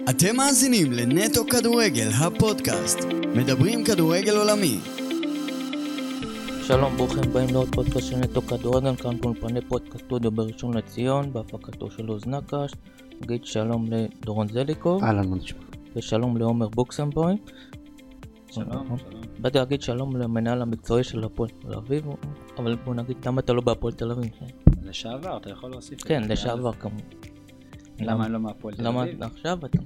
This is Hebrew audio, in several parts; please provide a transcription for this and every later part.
אתם מאזינים לנטו כדורגל, הפודקאסט. מדברים כדורגל עולמי. שלום, ברוכים הבאים לעוד פודקאסט של נטו כדורגל, כאן באולפני פודקאסט סטודיו בראשון לציון, בהפקתו של עוז נקש. נגיד שלום לדורון זליקוב. אהלן, מה נשמע? ושלום לעומר בוקסנבוים. שלום. באתי להגיד שלום למנהל המקצועי של הפועל תל אביב, אבל בוא נגיד למה אתה לא בהפועל תל אביב. לשעבר, אתה יכול להוסיף. כן, לשעבר כמובן. למה אני לא מהפועל תל אביב? למה עכשיו אתה?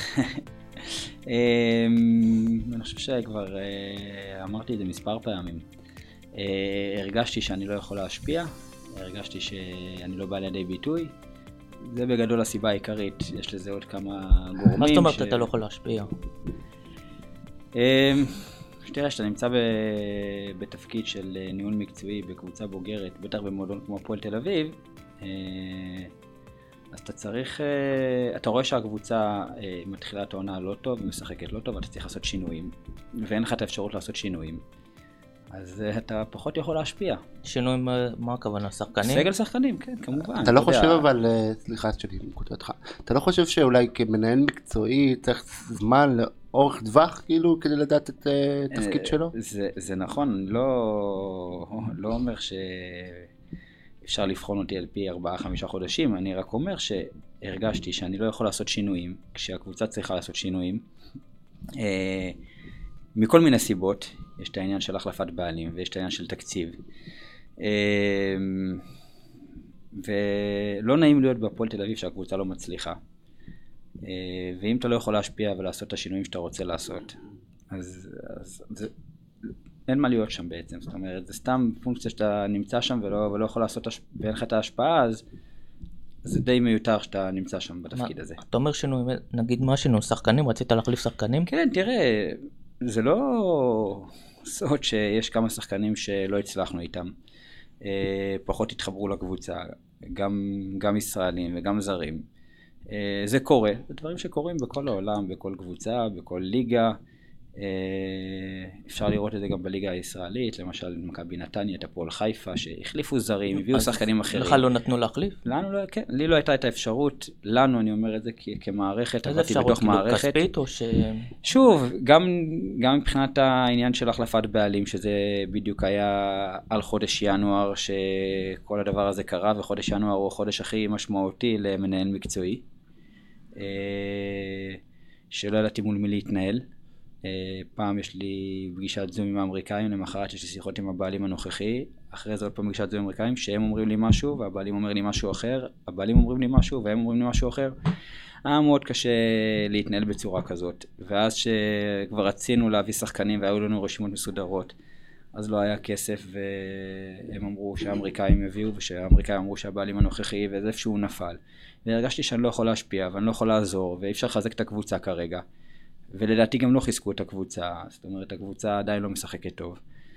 אני חושב שכבר אמרתי את זה מספר פעמים. הרגשתי שאני לא יכול להשפיע, הרגשתי שאני לא בא לידי ביטוי. זה בגדול הסיבה העיקרית, יש לזה עוד כמה גורמים. מה זאת אומרת אתה לא יכול להשפיע? תראה, שאתה נמצא בתפקיד של ניהול מקצועי בקבוצה בוגרת, בטח במועדון כמו הפועל תל אביב, אז אתה צריך, אתה רואה שהקבוצה מתחילה את העונה לא טוב, משחקת לא טוב, אתה צריך לעשות שינויים, ואין לך את האפשרות לעשות שינויים, אז אתה פחות יכול להשפיע. שינויים, מה הכוונה? שחקנים? סגל שחקנים, כן, כמובן. אתה לא חושב אבל, סליחה שלי, נקודתך, אתה לא חושב שאולי כמנהל מקצועי צריך זמן לאורך טווח, כאילו, כדי לדעת את התפקיד שלו? זה נכון, אני לא אומר שאפשר לבחון אותי על פי 4-5 חודשים, אני רק אומר שהרגשתי שאני לא יכול לעשות שינויים, כשהקבוצה צריכה לעשות שינויים, מכל מיני סיבות. יש את העניין של החלפת בעלים ויש את העניין של תקציב, ולא נעים להיות בהפועל תל אביב שהקבוצה לא מצליחה, ואם אתה לא יכול להשפיע ולעשות את השינויים שאתה רוצה לעשות, אז אין מה להיות שם בעצם. זאת אומרת, זה סתם פונקציה שאתה נמצא שם ולא יכול לעשות, ואין לך את ההשפעה, אז זה די מיותר שאתה נמצא שם בתפקיד הזה. אתה אומר שינויים, נגיד מה שינוי? שחקנים? רצית להחליף שחקנים? כן, תראה, זה לא סוד שיש כמה שחקנים שלא הצלחנו איתם, פחות התחברו לקבוצה, גם ישראלים וגם זרים. זה קורה, זה דברים שקורים בכל העולם, בכל קבוצה, בכל ליגה. אפשר לראות את זה גם בליגה הישראלית, למשל מכבי נתניה, את הפועל חיפה, שהחליפו זרים, הביאו שחקנים אחרים. לך לא נתנו להחליף? לנו לא, כן, לי לא הייתה את האפשרות, לנו, אני אומר את זה כמערכת, עבדתי בתוך מערכת. איזה אפשרות, כספית או ש... שוב, גם מבחינת העניין של החלפת בעלים, שזה בדיוק היה על חודש ינואר, שכל הדבר הזה קרה, וחודש ינואר הוא החודש הכי משמעותי למנהל מקצועי, שלא ידעתי מול מי להתנהל. פעם יש לי פגישת זום עם האמריקאים, למחרת יש לי שיחות עם הבעלים הנוכחי, אחרי זה עוד פעם פגישת זום עם האמריקאים, שהם אומרים לי משהו והבעלים אומר לי משהו אחר, הבעלים אומרים לי משהו והם אומרים לי משהו אחר. היה מאוד קשה להתנהל בצורה כזאת, ואז שכבר רצינו להביא שחקנים והיו לנו רשימות מסודרות, אז לא היה כסף, והם אמרו שהאמריקאים הביאו, ושהאמריקאים אמרו שהבעלים הנוכחי, וזה איפשהו נפל, והרגשתי שאני לא יכול להשפיע ואני לא יכול לעזור, ואי אפשר לחזק את הקבוצה כרגע, ולדעתי גם לא חיזקו את הקבוצה, זאת אומרת הקבוצה עדיין לא משחקת טוב.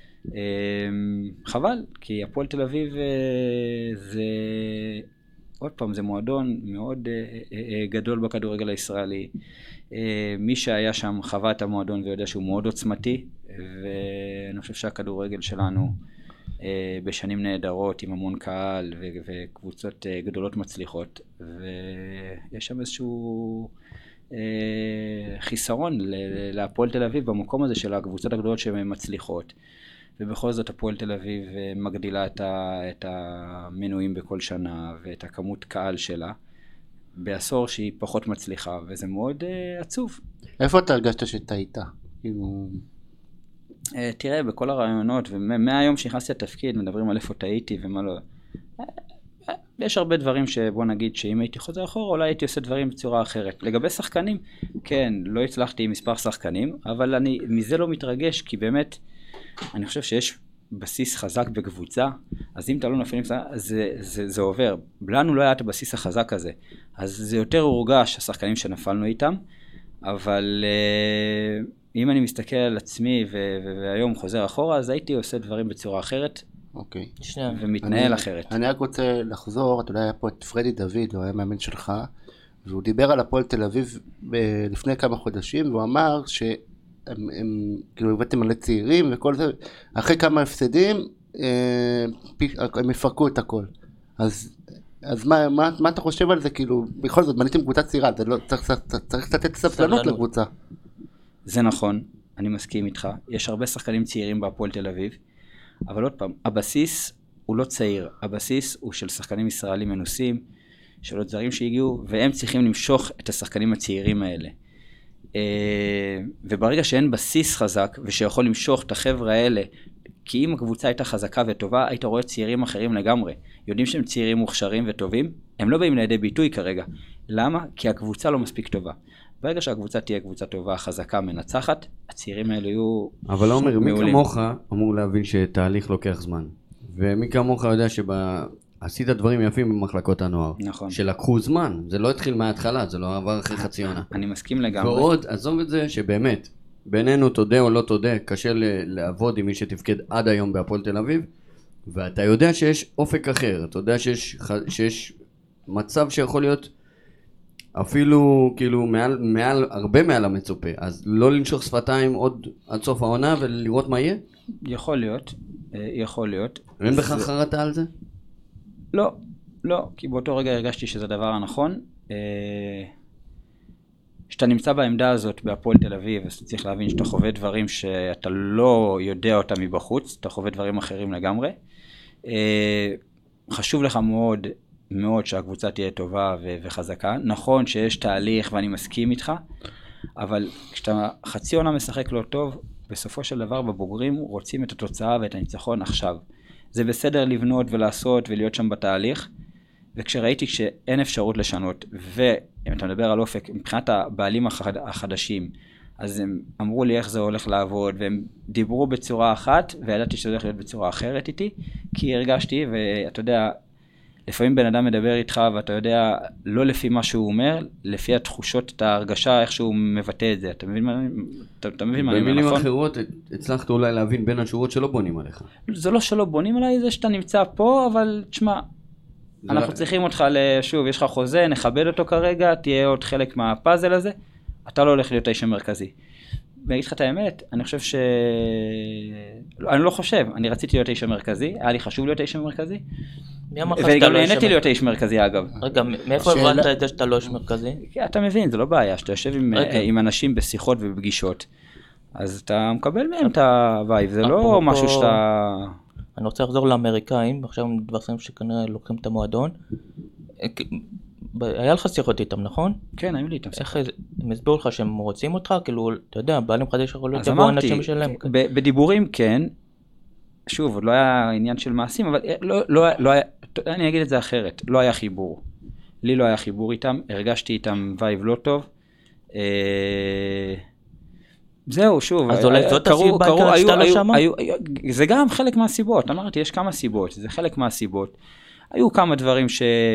חבל, כי הפועל תל אביב זה, עוד פעם, זה מועדון מאוד גדול בכדורגל הישראלי. מי שהיה שם חווה את המועדון ויודע שהוא מאוד עוצמתי, ואני חושב שהכדורגל שלנו בשנים נהדרות עם המון קהל וקבוצות גדולות מצליחות, ויש שם איזשהו חיסרון להפועל תל אביב במקום הזה של הקבוצות הגדולות שהן מצליחות, ובכל זאת הפועל תל אביב מגדילה את המנויים בכל שנה ואת הכמות קהל שלה בעשור שהיא פחות מצליחה, וזה מאוד עצוב. איפה אתה הרגשת שטעית? תראה, בכל הרעיונות, ומהיום שנכנסתי לתפקיד מדברים על איפה טעיתי ומה לא. יש הרבה דברים שבוא נגיד שאם הייתי חוזר אחורה אולי הייתי עושה דברים בצורה אחרת. לגבי שחקנים, כן, לא הצלחתי עם מספר שחקנים, אבל אני מזה לא מתרגש, כי באמת אני חושב שיש בסיס חזק בקבוצה, אז אם אתה לא נופל עם שחקנים, זה עובר. לנו לא היה את הבסיס החזק הזה, אז זה יותר הורגש השחקנים שנפלנו איתם, אבל אם אני מסתכל על עצמי והיום חוזר אחורה, אז הייתי עושה דברים בצורה אחרת, אוקיי. ומתנהל אחרת. אני רק רוצה לחזור, אתה יודע, היה פה את פרדי דוד, הוא היה מאמן שלך, והוא דיבר על הפועל תל אביב לפני כמה חודשים, והוא אמר שהם כאילו הבאתם מלא צעירים וכל זה, אחרי כמה הפסדים, הם יפרקו את הכל. אז אז מה אתה חושב על זה? כאילו, בכל זאת, בניתם קבוצה צעירה, זה לא, צריך לתת סבלנות לקבוצה. זה נכון, אני מסכים איתך. יש הרבה שחקנים צעירים בהפועל תל אביב, אבל עוד פעם, הבסיס הוא לא צעיר, הבסיס הוא של שחקנים ישראלים מנוסים, של עוד זרים שהגיעו, והם צריכים למשוך את השחקנים הצעירים האלה. וברגע שאין בסיס חזק, ושיכול למשוך את החבר'ה האלה, כי אם הקבוצה הייתה חזקה וטובה, היית רואה צעירים אחרים לגמרי. יודעים שהם צעירים מוכשרים וטובים, הם לא באים לידי ביטוי כרגע. למה? כי הקבוצה לא מספיק טובה. ברגע שהקבוצה תהיה קבוצה טובה, חזקה, מנצחת, הצעירים האלה יהיו אבל לא אומר, מי כמוך אמור להבין שתהליך לוקח זמן. ומי כמוך יודע עשית דברים יפים במחלקות הנוער. נכון. שלקחו זמן, זה לא התחיל מההתחלה, זה לא עבר אחרי חצי עונה. אני מסכים לגמרי. ועוד, עזוב את זה שבאמת, בינינו תודה או לא תודה, קשה לעבוד עם מי שתפקד עד היום בהפועל תל אביב, ואתה יודע שיש אופק אחר, אתה יודע שיש מצב שיכול להיות אפילו כאילו הרבה מעל המצופה, אז לא לנשוך שפתיים עוד עד סוף העונה ולראות מה יהיה? יכול להיות, יכול להיות. אין בך חרטה על זה? לא, כי באותו רגע הרגשתי שזה הדבר הנכון. שאתה נמצא בעמדה הזאת בהפועל תל אביב, אז אתה צריך להבין שאתה חווה דברים שאתה לא יודע אותם מבחוץ, אתה חווה דברים אחרים לגמרי. חשוב לך מאוד מאוד שהקבוצה תהיה טובה וחזקה. נכון שיש תהליך ואני מסכים איתך, אבל כשאתה חצי עונה משחק לא טוב, בסופו של דבר בבוגרים רוצים את התוצאה ואת הניצחון עכשיו. זה בסדר לבנות ולעשות ולהיות שם בתהליך, וכשראיתי שאין אפשרות לשנות, ואם אתה מדבר על אופק, מבחינת הבעלים החדשים, אז הם אמרו לי איך זה הולך לעבוד, והם דיברו בצורה אחת, וידעתי שזה הולך להיות בצורה אחרת איתי, כי הרגשתי, ואתה יודע, לפעמים בן אדם מדבר איתך, ואתה יודע, לא לפי מה שהוא אומר, לפי התחושות, את ההרגשה, איך שהוא מבטא את זה. אתה מבין מה אני אומר, נכון? במילים אחרות, הצלחת אולי להבין בין השורות שלא בונים עליך. זה לא שלא בונים עליי, זה שאתה נמצא פה, אבל תשמע, אנחנו צריכים אותך שוב, יש לך חוזה, נכבד אותו כרגע, תהיה עוד חלק מהפאזל הזה, אתה לא הולך להיות האיש המרכזי. ואגיד לך את האמת, אני חושב אני לא חושב, אני רציתי להיות האיש המרכזי, היה לי חשוב להיות האיש המרכזי, וגם נהניתי להיות האיש המרכזי אגב. רגע, מאיפה הבנת את זה שאתה לא איש מרכזי? אתה מבין, זה לא בעיה, שאתה יושב עם אנשים בשיחות ובפגישות, אז אתה מקבל מהם את הווייב, זה לא משהו שאתה... אני רוצה לחזור לאמריקאים, עכשיו דברים שכנראה לוקחים את המועדון. היה לך שיחות איתם, נכון? כן, היו לי איתם שיחות. הם הסבירו לך שהם רוצים אותך? כאילו, אתה יודע, בעלים חדש יכול להיות יבוא אנשים שלהם. בדיבורים כן, שוב, עוד לא היה עניין של מעשים, אבל לא היה, אני אגיד את זה אחרת, לא היה חיבור. לי לא היה חיבור איתם, הרגשתי איתם וייב לא טוב. זהו, שוב, אז אולי זאת הסיבה העיקרית שאתה לא שמה? זה גם חלק מהסיבות, אמרתי, יש כמה סיבות, זה חלק מהסיבות. היו כמה דברים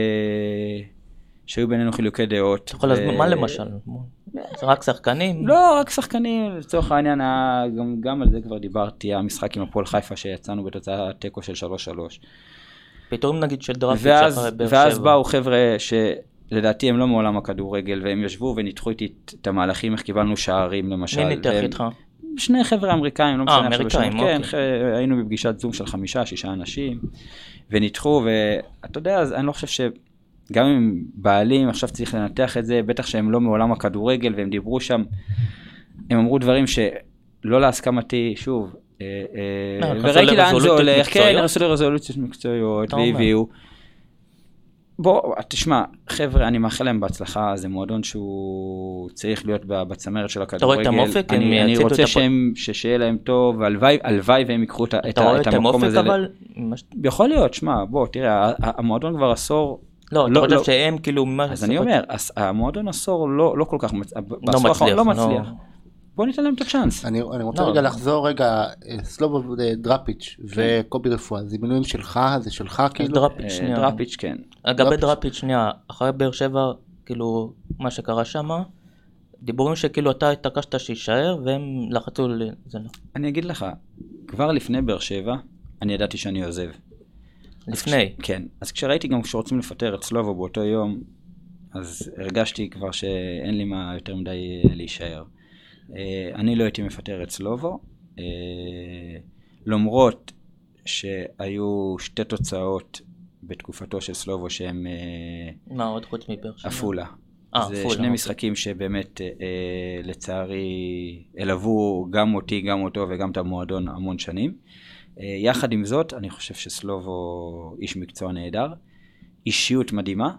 שהיו בינינו חילוקי דעות. יכול להסביר, מה למשל? זה רק שחקנים? לא, רק שחקנים, לצורך העניין, גם על זה כבר דיברתי, המשחק עם הפועל חיפה שיצאנו בתוצאה תיקו של 3-3. פתאום נגיד של דראפיץ' אחרי באר שבע. ואז באו חבר'ה לדעתי הם לא מעולם הכדורגל, והם ישבו וניתחו איתי את המהלכים, איך קיבלנו שערים למשל. מי ניתח איתך? שני חבר'ה אמריקאים, לא משנה. אמריקאים, אוקיי. כן, היינו בפגישת זום של 5-6 אנשים, וניתחו, ואתה יודע, אז אני לא חושב שגם אם בעלים, עכשיו צריך לנתח את זה, בטח שהם לא מעולם הכדורגל, והם דיברו שם, הם אמרו דברים שלא להסכמתי, שוב, וראיתי לאן זה הולך, כן, נכנסו לרזולוציות מקצועיות, והביאו. בוא, תשמע, חבר'ה, אני מאחל להם בהצלחה, זה מועדון שהוא צריך להיות בצמרת של הכדורגל. אתה רואה את המופק? אני רוצה שיהיה להם טוב, הלוואי והם ייקחו את המקום הזה. אתה רואה את המופק אבל? יכול להיות, שמע, בוא, תראה, המועדון כבר עשור... לא, אתה חושב שהם כאילו... אז אני אומר, המועדון עשור לא כל כך לא מצליח. בוא ניתן להם את הצ'אנס. אני רוצה רגע לחזור רגע, סלובו דראפיץ' וקובי רפואה, זה מינויים שלך, זה שלך כאילו? דראפיץ' כן. אגב דראפיץ' שנייה, אחרי באר שבע, כאילו, מה שקרה שם, דיבורים שכאילו אתה התעקשת שישאר, והם לחצו לזה. אני אגיד לך, כבר לפני באר שבע, אני ידעתי שאני עוזב. לפני? כן. אז כשראיתי גם שרוצים לפטר את סלובו באותו יום, אז הרגשתי כבר שאין לי מה יותר מדי להישאר. אני לא הייתי מפטר את סלובו, למרות שהיו שתי תוצאות בתקופתו של סלובו שהם מה עוד חוץ מבאר שבע? עפולה. זה עפולה, שני משחקים שבאמת לצערי אלוו גם אותי, גם אותו וגם את המועדון המון שנים. יחד עם זאת, אני חושב שסלובו איש מקצוע נהדר, אישיות מדהימה,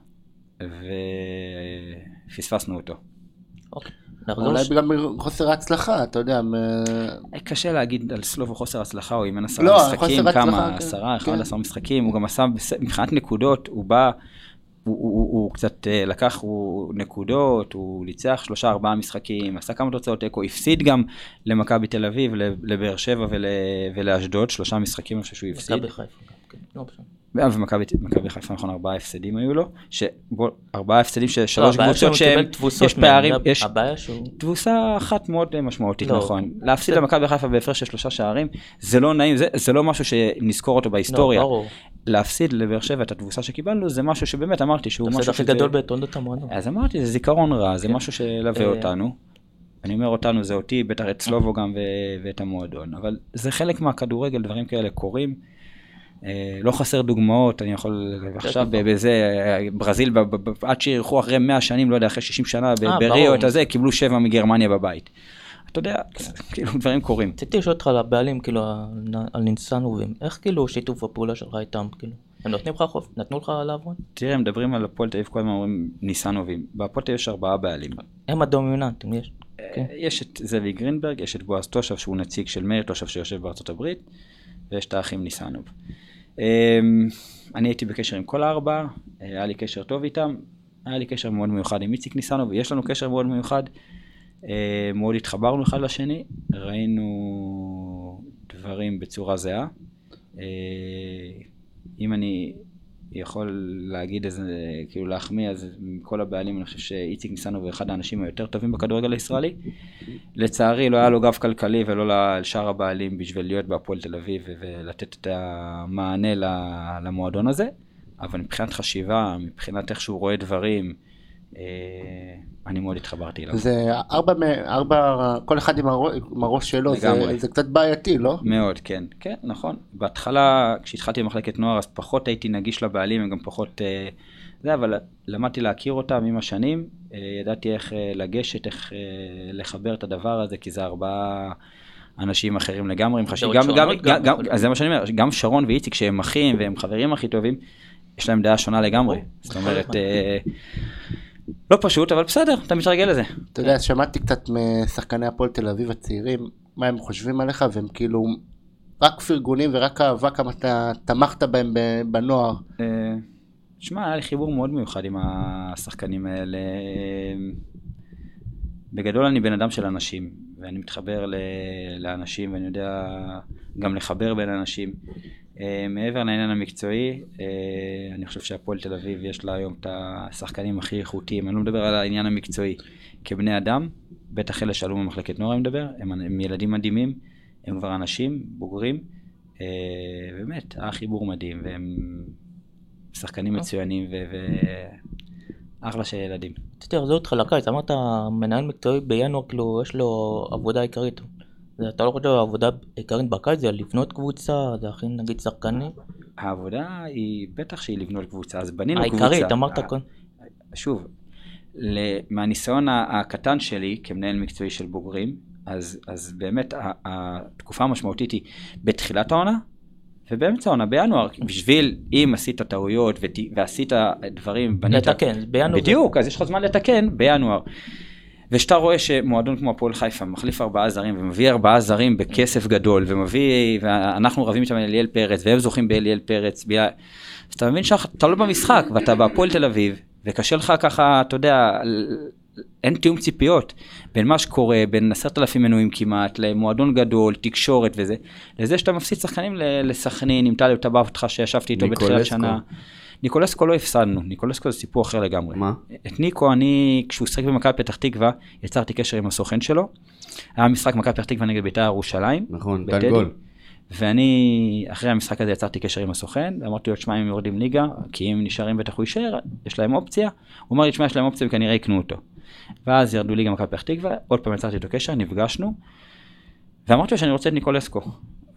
ופספסנו אותו. אוקיי. אולי בגלל חוסר ההצלחה, אתה יודע. קשה להגיד על סלובו חוסר הצלחה, הוא אימן 10 לא, משחקים, חוסר כמה, הצלחה, 10, כן. 11 משחקים, הוא גם עשה, מבחינת נקודות, הוא בא, הוא קצת לקח נקודות, הוא ניצח 3-4 משחקים, עשה כמה תוצאות תיקו, הפסיד גם למכבי תל אביב, לבאר שבע ולאשדוד, 3 משחקים, אני חושב שהוא הפסיד. מכבי חיפה, כן, לא משנה. ומכבי חיפה, נכון, 4 הפסדים היו לו, 4 הפסדים של 3 הבעיה קבוצות שהוא קיבל יש פערים, יש הבעיה שהוא... תבוסה אחת מאוד משמעותית, לא, נכון. להפסיד למכבי חיפה בהפרש של 3 שערים, זה לא נעים, זה לא משהו שנזכור אותו בהיסטוריה. להפסיד לבאר שבע את התבוסה שקיבלנו, זה משהו שבאמת אמרתי שהוא משהו הכי גדול בתולדות המועדון. אז אמרתי, זה זיכרון רע, זה משהו שלווה אותנו. אני אומר אותנו, זה אותי, בטח את סלובו גם ואת המועדון, אבל זה חלק מהכדורגל, דברים כאלה קורים. לא חסר דוגמאות, אני יכול עכשיו בזה, ברזיל, עד שירחו אחרי 100 שנים, לא יודע, אחרי 60 שנה, בריו את הזה, קיבלו 7 מגרמניה בבית. אתה יודע, כאילו דברים קורים. רציתי לשאול אותך על הבעלים, כאילו, על ניסנובים, איך כאילו שיתוף הפעולה שלך איתם, כאילו? הם נותנים לך חוף? נתנו לך לעבוד? תראה, הם מדברים על הפועל תל אביב, כל הזמן אומרים ניסנובים. בהפועל תל אביב יש 4 בעלים. הם הדומיננטים, יש? יש את זאבי גרינברג, יש את בועז תושב, שהוא נציג של מאיר תושב שיושב בארצות הברית, ויש את האחים ניסנוב. אני הייתי בקשר עם כל 4, היה לי קשר טוב איתם, היה לי קשר מאוד מיוחד עם איציק ניסנוב, ויש לנו קשר מאוד מיוחד, מאוד התחברנו אחד לשני, ראינו דברים בצורה זהה. אם אני יכול להגיד איזה, כאילו להחמיא, אז מכל הבעלים אני חושב שאיציק ניסנוב הוא אחד האנשים היותר טובים בכדורגל הישראלי. לצערי לא היה לו גב כלכלי ולא לשאר הבעלים בשביל להיות בהפועל תל אביב ולתת את המענה למועדון הזה, אבל מבחינת חשיבה, מבחינת איך שהוא רואה דברים, אני מאוד התחברתי אליו. זה 4, כל אחד עם הראש שלו, זה קצת בעייתי, לא? מאוד, כן, כן, נכון. בהתחלה, כשהתחלתי במחלקת נוער, אז פחות הייתי נגיש לבעלים, הם גם פחות זה, אבל למדתי להכיר אותם עם השנים, ידעתי איך לגשת, איך לחבר את הדבר הזה, כי זה 4 אנשים אחרים לגמרי, אז זה מה שאני אומר, גם שרון ואיציק, שהם אחים והם חברים הכי טובים, יש להם דעה שונה לגמרי. זאת אומרת, לא פשוט, אבל בסדר, אתה מתרגל לזה. אתה יודע, שמעתי קצת משחקני הפועל תל אביב הצעירים, מה הם חושבים עליך, והם כאילו רק פרגונים ורק אהבה כמה אתה תמכת בהם בנוער. תשמע, היה לי חיבור מאוד מיוחד עם השחקנים האלה. בגדול אני בן אדם של אנשים, ואני מתחבר לאנשים, ואני יודע גם לחבר בין אנשים. מעבר לעניין המקצועי, אני חושב שהפועל תל אביב יש לה היום את השחקנים הכי איכותיים. אני לא מדבר על העניין המקצועי כבני אדם, בטח אלה שעלו במחלקת נוער אני מדבר, הם ילדים מדהימים, הם כבר אנשים, בוגרים, באמת, החיבור מדהים, והם שחקנים מצוינים ואחלה של ילדים. רציתי לחזור אותך לקיץ, אמרת מנהל מקצועי בינואר, כאילו יש לו עבודה עיקרית. אתה לא חושב העבודה עיקרית בקיץ, זה לבנות קבוצה, זה הכי נגיד שחקנים? העבודה היא בטח שהיא לבנות קבוצה, אז בנינו קבוצה. העיקרית, אמרת כאן. שוב, מהניסיון הקטן שלי כמנהל מקצועי של בוגרים, אז באמת התקופה המשמעותית היא בתחילת העונה, ובאמצע העונה, בינואר, בשביל אם עשית טעויות ועשית דברים, לתקן, בינואר. בדיוק, אז יש לך זמן לתקן בינואר. ושאתה רואה שמועדון כמו הפועל חיפה מחליף 4 זרים ומביא 4 זרים בכסף גדול ואנחנו רבים שם על אליאל פרץ והם זוכים באליאל פרץ, אז אתה מבין שאתה לא במשחק ואתה בהפועל תל אביב וקשה לך ככה, אתה יודע, אין תיאום ציפיות בין מה שקורה, בין 10,000 מנויים כמעט, למועדון גדול, תקשורת וזה, לזה שאתה מפסיד שחקנים לסכנין, עם טלב טבב אותך שישבתי איתו בתחילת שנה. ניקולסקו לא הפסדנו, ניקולסקו זה סיפור אחר לגמרי. מה? את ניקו, כשהוא שחק במכבי פתח תקווה, יצרתי קשר עם הסוכן שלו, היה משחק מכבי פתח תקווה נגד בית"ר ירושלים. נכון, דן גול. ואני, אחרי המשחק הזה יצרתי קשר עם הסוכן, ואמרתי לו, תשמע, אם יורדים ליגה, כי אם נשארים בטח הוא יישאר, יש להם אופציה, הוא אמר לי, תשמע, יש להם אופציה וכנראה יקנו אותו. ואז ירדו ליגה מכבי פתח תקווה, עוד פעם יצרתי איתו קשר, נפגשנו, ואמרתי לו שאני רוצה את ניקולסקו.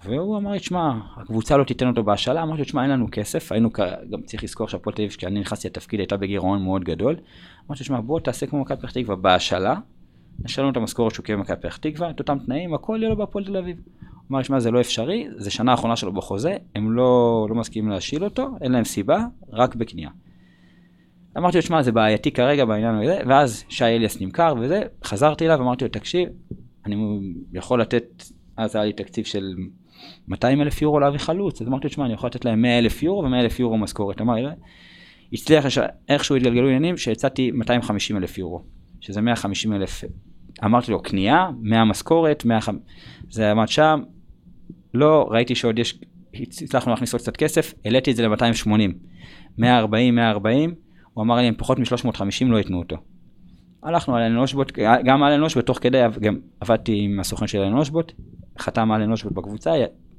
והוא אמר לי, תשמע, הקבוצה לא תיתן אותו בהשאלה, אמרתי לו, תשמע, אין לנו כסף, גם צריך לזכור שהפועל תל אביב, כשאני נכנסתי לתפקיד, הייתה בגירעון מאוד גדול, אמרתי לו, תשמע, בוא תעשה כמו מכבי פתח תקווה בהשאלה, נשאלנו את המשכורת שהוא קיבל במכבי פתח תקווה, את אותם תנאים, הכל יהיה לו בהפועל תל אביב. הוא אמר, תשמע, זה לא אפשרי, זה שנה האחרונה שלו בחוזה, הם לא מסכימים להשיל אותו, אין להם סיבה, רק בקנייה. אמרתי לו, תשמע, זה בעייתי כרגע בעניין הזה, ואז שי אליאס נמכר וזה, חזרתי אליו, אמרתי לו, תקשיב, אני יכול לתת, אז היה לי תקציב של 200,000 יורו להביא חלוץ, אז אמרתי לו, תשמע, אני יכול לתת להם 100,000 יורו ו100,000 יורו משכורת. אמר לי, הצליח איכשהו התגלגלו עניינים שהצעתי 250,000 יורו, שזה 150,000. אמרתי לו, קנייה, 100 משכורת, 100, זה עמד שם, לא, ראיתי שעוד יש, הצלחנו להכניס עוד קצת כסף, העליתי את זה ל-280, 140, הוא אמר לי, הם פחות מ-350 לא יתנו אותו. הלכנו על אנושבוט, גם על אנושבוט, תוך כדי, גם עבדתי עם הסוכן של אנושבוט, חתם על אנושבוט בקבוצה,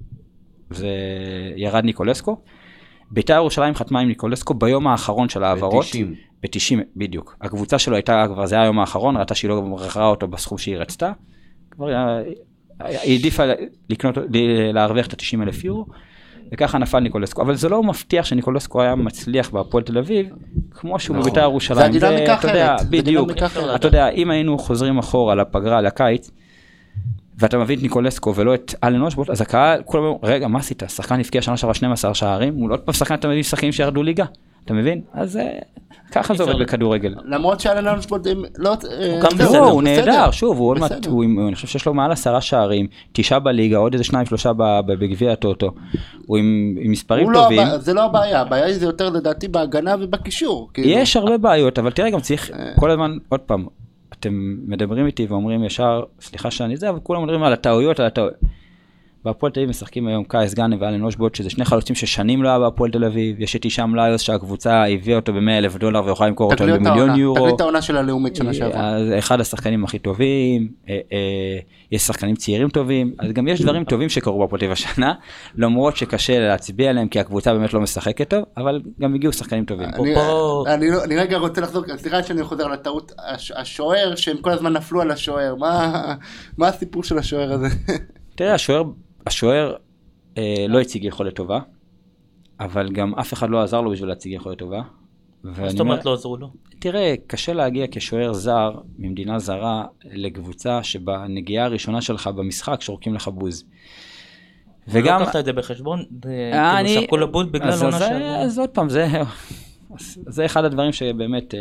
וירד ניקולסקו. בית"ר ירושלים חתמה עם ניקולסקו ביום האחרון של העברות. ב-90, בדיוק. הקבוצה שלו הייתה, כבר זה היה היום האחרון, ראתה שהיא לא ראה אותו בסכום שהיא רצתה. כבר היא העדיפה להרוויח את ה-90,000 יורו. וככה נפל ניקולסקו, אבל זה לא מבטיח שניקולסקו היה מצליח בהפועל תל אביב, כמו שהוא בבית"ר ירושלים. זה דינמיקה אחרת. בדיוק. אתה יודע, אם היינו חוזרים אחורה לפגרה, לקיץ, ואתה מביא את ניקולסקו ולא את אלן אושבוט, אז הקהל, כולם אומרים, רגע, מה עשית? שחקן הפקיע שנה שעברה 12 שערים, הוא לא עוד פעם שחקן, אתה מביא שחקנים שירדו ליגה, אתה מבין? אז ככה זה עובד בכדורגל. למרות שאלן אושבוט, לא, הוא נהדר, שוב, אני חושב שיש לו מעל 10 שערים, 9 בליגה, עוד איזה 2-3 בגביע הטוטו, הוא עם מספרים טובים. זה לא הבעיה, הבעיה היא זה יותר לדעתי בהגנה ובקישור. יש הרבה בעיות, אבל תראה, גם צריך כל הזמן, עוד פעם, אתם מדברים איתי ואומרים ישר, סליחה שאני זה, אבל כולם מדברים על הטעויות, בהפועל תל אביב משחקים היום קייס גאנם ואלן אושבוט, שזה שני חלוצים ששנים לא היה בהפועל תל אביב, יש את הישאם ליוס שהקבוצה הביאה אותו ב$100,000 ויכולה למכור אותו ב1,000,000 יורו. תגלית העונה של הלאומית שנה שעברה. אחד השחקנים הכי טובים, יש שחקנים צעירים טובים, אז גם יש דברים טובים שקרו בהפועל תל אביב השנה, למרות שקשה להצביע עליהם, כי הקבוצה באמת לא משחקת טוב, אבל גם הגיעו שחקנים טובים. אני רגע רוצה לחזור, סליחה שאני חוזר לטעות, השוער שהם כל הזמן נפלו על השוער, מה הסיפור של השוער הזה? תראה, השוער לא הציג יכולת טובה, אבל גם אף אחד לא עזר לו בשביל להציג יכולת טובה. זאת אומרת לא עזרו לו? תראה, קשה להגיע כשוער זר ממדינה זרה לקבוצה שבנגיעה הראשונה שלך במשחק שורקים לך בוז. וגם... לא לקחת את זה בחשבון, כאילו שרקו לבוז בגלל עונה שעברה. אז עוד פעם, זה אחד הדברים שבאמת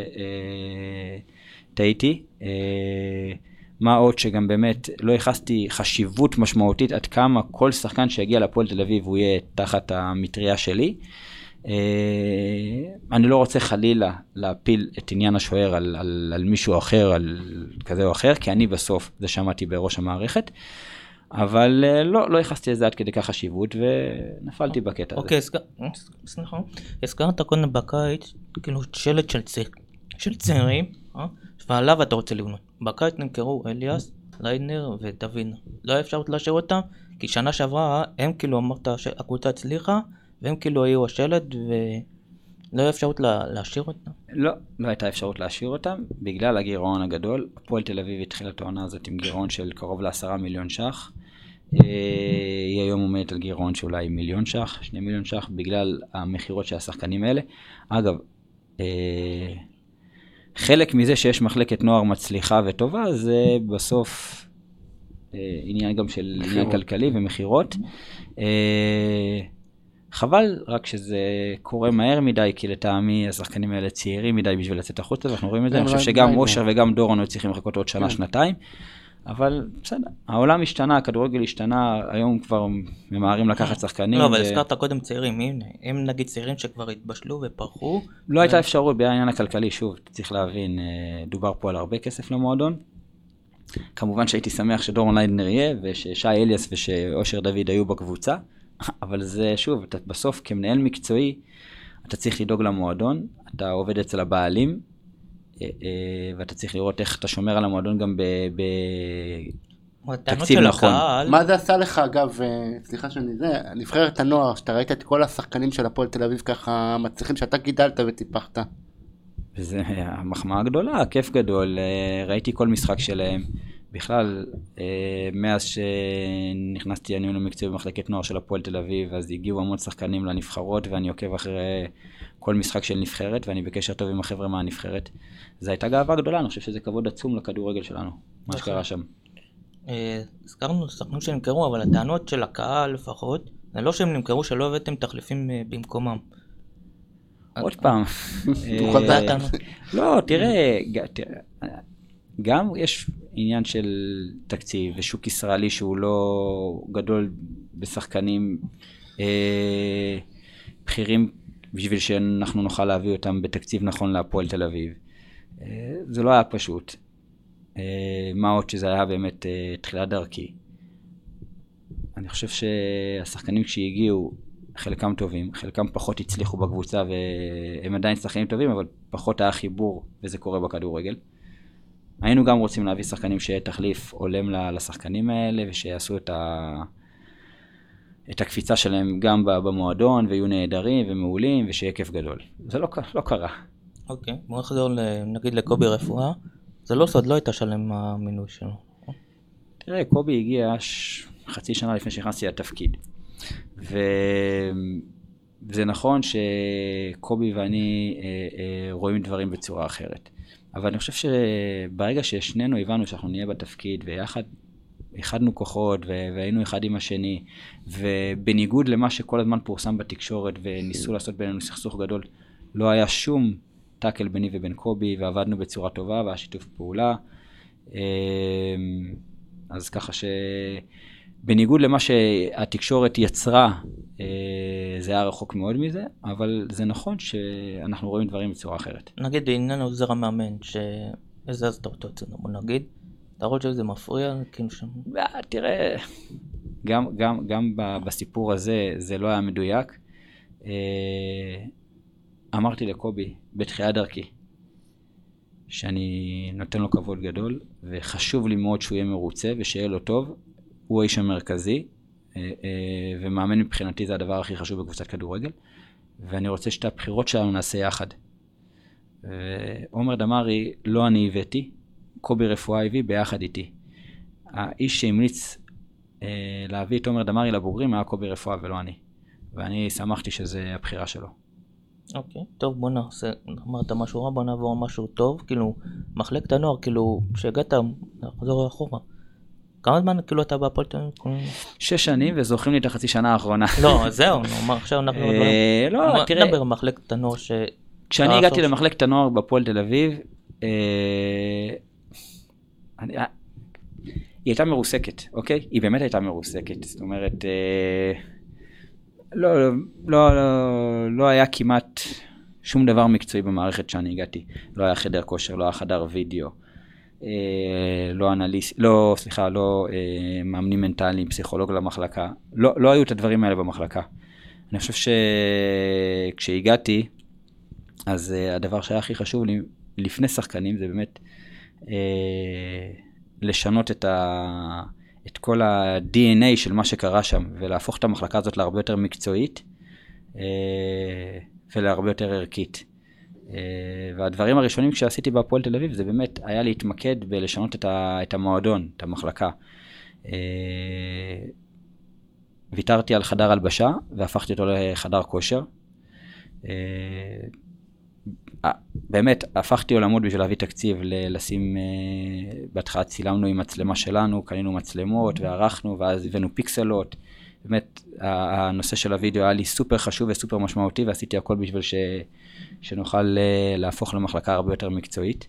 טעיתי. מה עוד שגם באמת לא ייחסתי חשיבות משמעותית עד כמה כל שחקן שיגיע לפועל תל אביב הוא יהיה תחת המטריה שלי. אני לא רוצה חלילה להפיל את עניין השוער על מישהו אחר, על כזה או אחר, כי אני בסוף זה שמעתי בראש המערכת, אבל לא ייחסתי את זה עד כדי כך חשיבות ונפלתי בקטע הזה. אוקיי, סליחה, הזכרת קודם בקיץ, כאילו שלט של צעירים, ועליו אתה רוצה לבנות. בקיץ נמכרו אליאס, ליידנר ודווין. לא היה אפשרות להשאיר אותם, כי שנה שעברה הם כאילו אמרת שהקבוצה הצליחה, והם כאילו היו השלד, ולא היה אפשרות להשאיר אותם? לא הייתה אפשרות להשאיר אותם, בגלל הגירעון הגדול. הפועל תל אביב התחילה את העונה הזאת עם גירעון של קרוב ל10 מיליון ש"ח. היא היום עומדת על גירעון שאולי 1 מיליון ש"ח, 2 מיליון ש"ח, בגלל המחירות של השחקנים האלה. אגב, חלק מזה שיש מחלקת נוער מצליחה וטובה, זה בסוף עניין גם של עניין כלכלי ומחירות. חבל רק שזה קורה מהר מדי, כי לטעמי השחקנים האלה צעירים מדי בשביל לצאת החוצה, ואנחנו רואים את זה. אני חושב שגם אושר וגם דורון היו צריכים לחכות עוד שנה, שנתיים. אבל בסדר, העולם השתנה, הכדורגל השתנה, היום כבר ממהרים לקחת שחקנים. לא, אבל הזכרת קודם צעירים, הם נגיד צעירים שכבר התבשלו ופרחו. לא הייתה אפשרות בעניין הכלכלי, שוב, צריך להבין, דובר פה על הרבה כסף למועדון. כמובן שהייתי שמח שדורון ליידנר יהיה, וששי אליאס ושאושר דוד היו בקבוצה, אבל זה שוב, אתה בסוף כמנהל מקצועי, אתה צריך לדאוג למועדון, אתה עובד אצל הבעלים, ואתה צריך לראות איך אתה שומר על המועדון גם בתקציב נכון. מה זה עשה לך אגב, סליחה שאני זה, נבחרת הנוער, שאתה ראית את כל השחקנים של הפועל תל אביב ככה מצליחים שאתה גידלת וטיפחת? וזה המחמאה גדולה, כיף גדול, ראיתי כל משחק שלהם, בכלל, מאז שנכנסתי הניהול המקצועי במחלקת נוער של הפועל תל אביב, אז הגיעו המון שחקנים לנבחרות, ואני עוקב אחרי כל משחק של נבחרת, ואני בקשר טוב עם החבר'ה מהנבחרת. זו הייתה גאווה גדולה, אני חושב שזה כבוד עצום לכדורגל שלנו, מה שקרה שם. הזכרנו שחקנים שנמכרו, אבל הטענות של הקהל לפחות, זה לא שהם נמכרו, שלא הבאתם תחליפים במקומם. עוד פעם. לא, תראה, גם יש עניין של תקציב ושוק ישראלי שהוא לא גדול בשחקנים בכירים בשביל שאנחנו נוכל להביא אותם בתקציב נכון להפועל תל אביב. זה לא היה פשוט. מה עוד שזה היה באמת תחילת דרכי. אני חושב שהשחקנים כשהגיעו, חלקם טובים, חלקם פחות הצליחו בקבוצה והם עדיין שחקנים טובים, אבל פחות היה חיבור וזה קורה בכדורגל. היינו גם רוצים להביא שחקנים שתחליף עולם לשחקנים האלה ושיעשו את הקפיצה שלהם גם במועדון ויהיו נהדרים ומעולים ושיהיה כיף גדול. זה לא קרה. אוקיי, בוא נחזור נגיד לקובי רפואה. זה לא סוד, לא הייתה שלם המינוי שלו. תראה, קובי הגיע חצי שנה לפני שנכנסתי לתפקיד. וזה נכון שקובי ואני רואים דברים בצורה אחרת. אבל אני חושב שברגע ששנינו הבנו שאנחנו נהיה בתפקיד ויחד איחדנו כוחות והיינו אחד עם השני, ובניגוד למה שכל הזמן פורסם בתקשורת וניסו לעשות בינינו סכסוך גדול, לא היה שום טאקל ביני ובין קובי, ועבדנו בצורה טובה והיה שיתוף פעולה. אז ככה שבניגוד למה שהתקשורת יצרה, זה היה רחוק מאוד מזה, אבל זה נכון שאנחנו רואים דברים בצורה אחרת. נגיד בעניין עוזר המאמן, שהזזת אותו אצלנו, בוא נגיד, אתה רואה שזה מפריע? תראה, גם בסיפור הזה זה לא היה מדויק. אמרתי לקובי בתחילת דרכי שאני נותן לו כבוד גדול וחשוב לי מאוד שהוא יהיה מרוצה ושיהיה לו טוב. הוא האיש המרכזי ומאמן מבחינתי זה הדבר הכי חשוב בקבוצת כדורגל, ואני רוצה שאת הבחירות שלנו נעשה יחד. עומר דמרי לא אני הבאתי, קובי רפואה הביא ביחד איתי. האיש שהמליץ להביא את עומר דמרי לבוגרים היה קובי רפואה ולא אני, ואני שמחתי שזה הבחירה שלו. אוקיי, טוב, בוא נעשה, אמרת משהו רע, בוא נעבור משהו טוב, כאילו, מחלקת הנוער, כאילו, שהגעת, נחזור אחורה. כמה זמן כאילו אתה בהפועל תל אביב? 6 שנים, וזוכרים לי את החצי שנה האחרונה. לא, זהו, נאמר, עכשיו אנחנו לא, תראה, נדבר על מחלקת הנוער ש... כשאני הגעתי למחלקת הנוער בהפועל תל אביב, היא הייתה מרוסקת, אוקיי? היא באמת הייתה מרוסקת, זאת אומרת, לא היה כמעט שום דבר מקצועי במערכת שאני הגעתי. לא היה חדר כושר, לא היה חדר וידאו, לא מאמנים מנטליים, פסיכולוג למחלקה. לא היו את הדברים האלה במחלקה. אני חושב שכשהגעתי, אז הדבר שהיה הכי חשוב לי, לפני שחקנים, זה באמת לשנות את כל ה-DNA של מה שקרה שם, ולהפוך את המחלקה הזאת להרבה יותר מקצועית, ולהרבה יותר ערכית. והדברים הראשונים כשעשיתי בהפועל תל אביב, זה באמת היה להתמקד בלשנות את המועדון, את המחלקה. ויתרתי על חדר הלבשה, והפכתי אותו לחדר כושר. באמת, הפכתי עולמות בשביל להביא תקציב, לשים, בהתחלה צילמנו עם מצלמה שלנו, קנינו מצלמות וערכנו, ואז הבאנו פיקסלות. באמת, הנושא של הוידאו היה לי סופר חשוב וסופר משמעותי, ועשיתי הכל בשביל שנוכל להפוך למחלקה הרבה יותר מקצועית.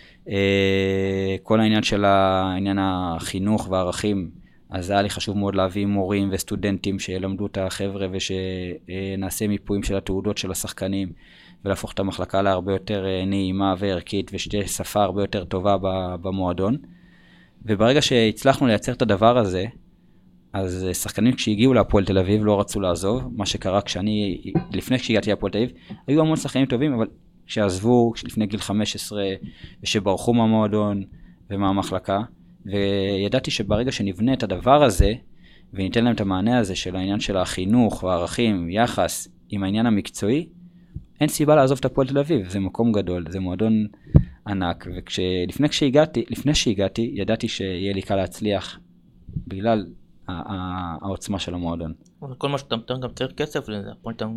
כל העניין של העניין החינוך והערכים, אז היה לי חשוב מאוד להביא מורים וסטודנטים שילמדו את החבר'ה, ושנעשה מיפויים של התעודות של השחקנים, ולהפוך את המחלקה להרבה יותר נעימה וערכית, ושתהיה שפה הרבה יותר טובה במועדון. וברגע שהצלחנו לייצר את הדבר הזה, אז שחקנים כשהגיעו להפועל תל אביב לא רצו לעזוב. מה שקרה לפני כשהגעתי להפועל תל אביב, היו המון שחקנים טובים, אבל כשעזבו לפני גיל 15, ושברחו מהמועדון ומהמחלקה, וידעתי שברגע שנבנה את הדבר הזה, וניתן להם את המענה הזה של העניין של החינוך והערכים, יחס עם העניין המקצועי, אין סיבה לעזוב את הפועל תל אביב. זה מקום גדול, זה מועדון ענק, לפני שהגעתי, ידעתי שיהיה לי קל להצליח, בגלל העוצמה של המועדון. אבל כל מה שאתה מתאר גם צריך כסף לזה,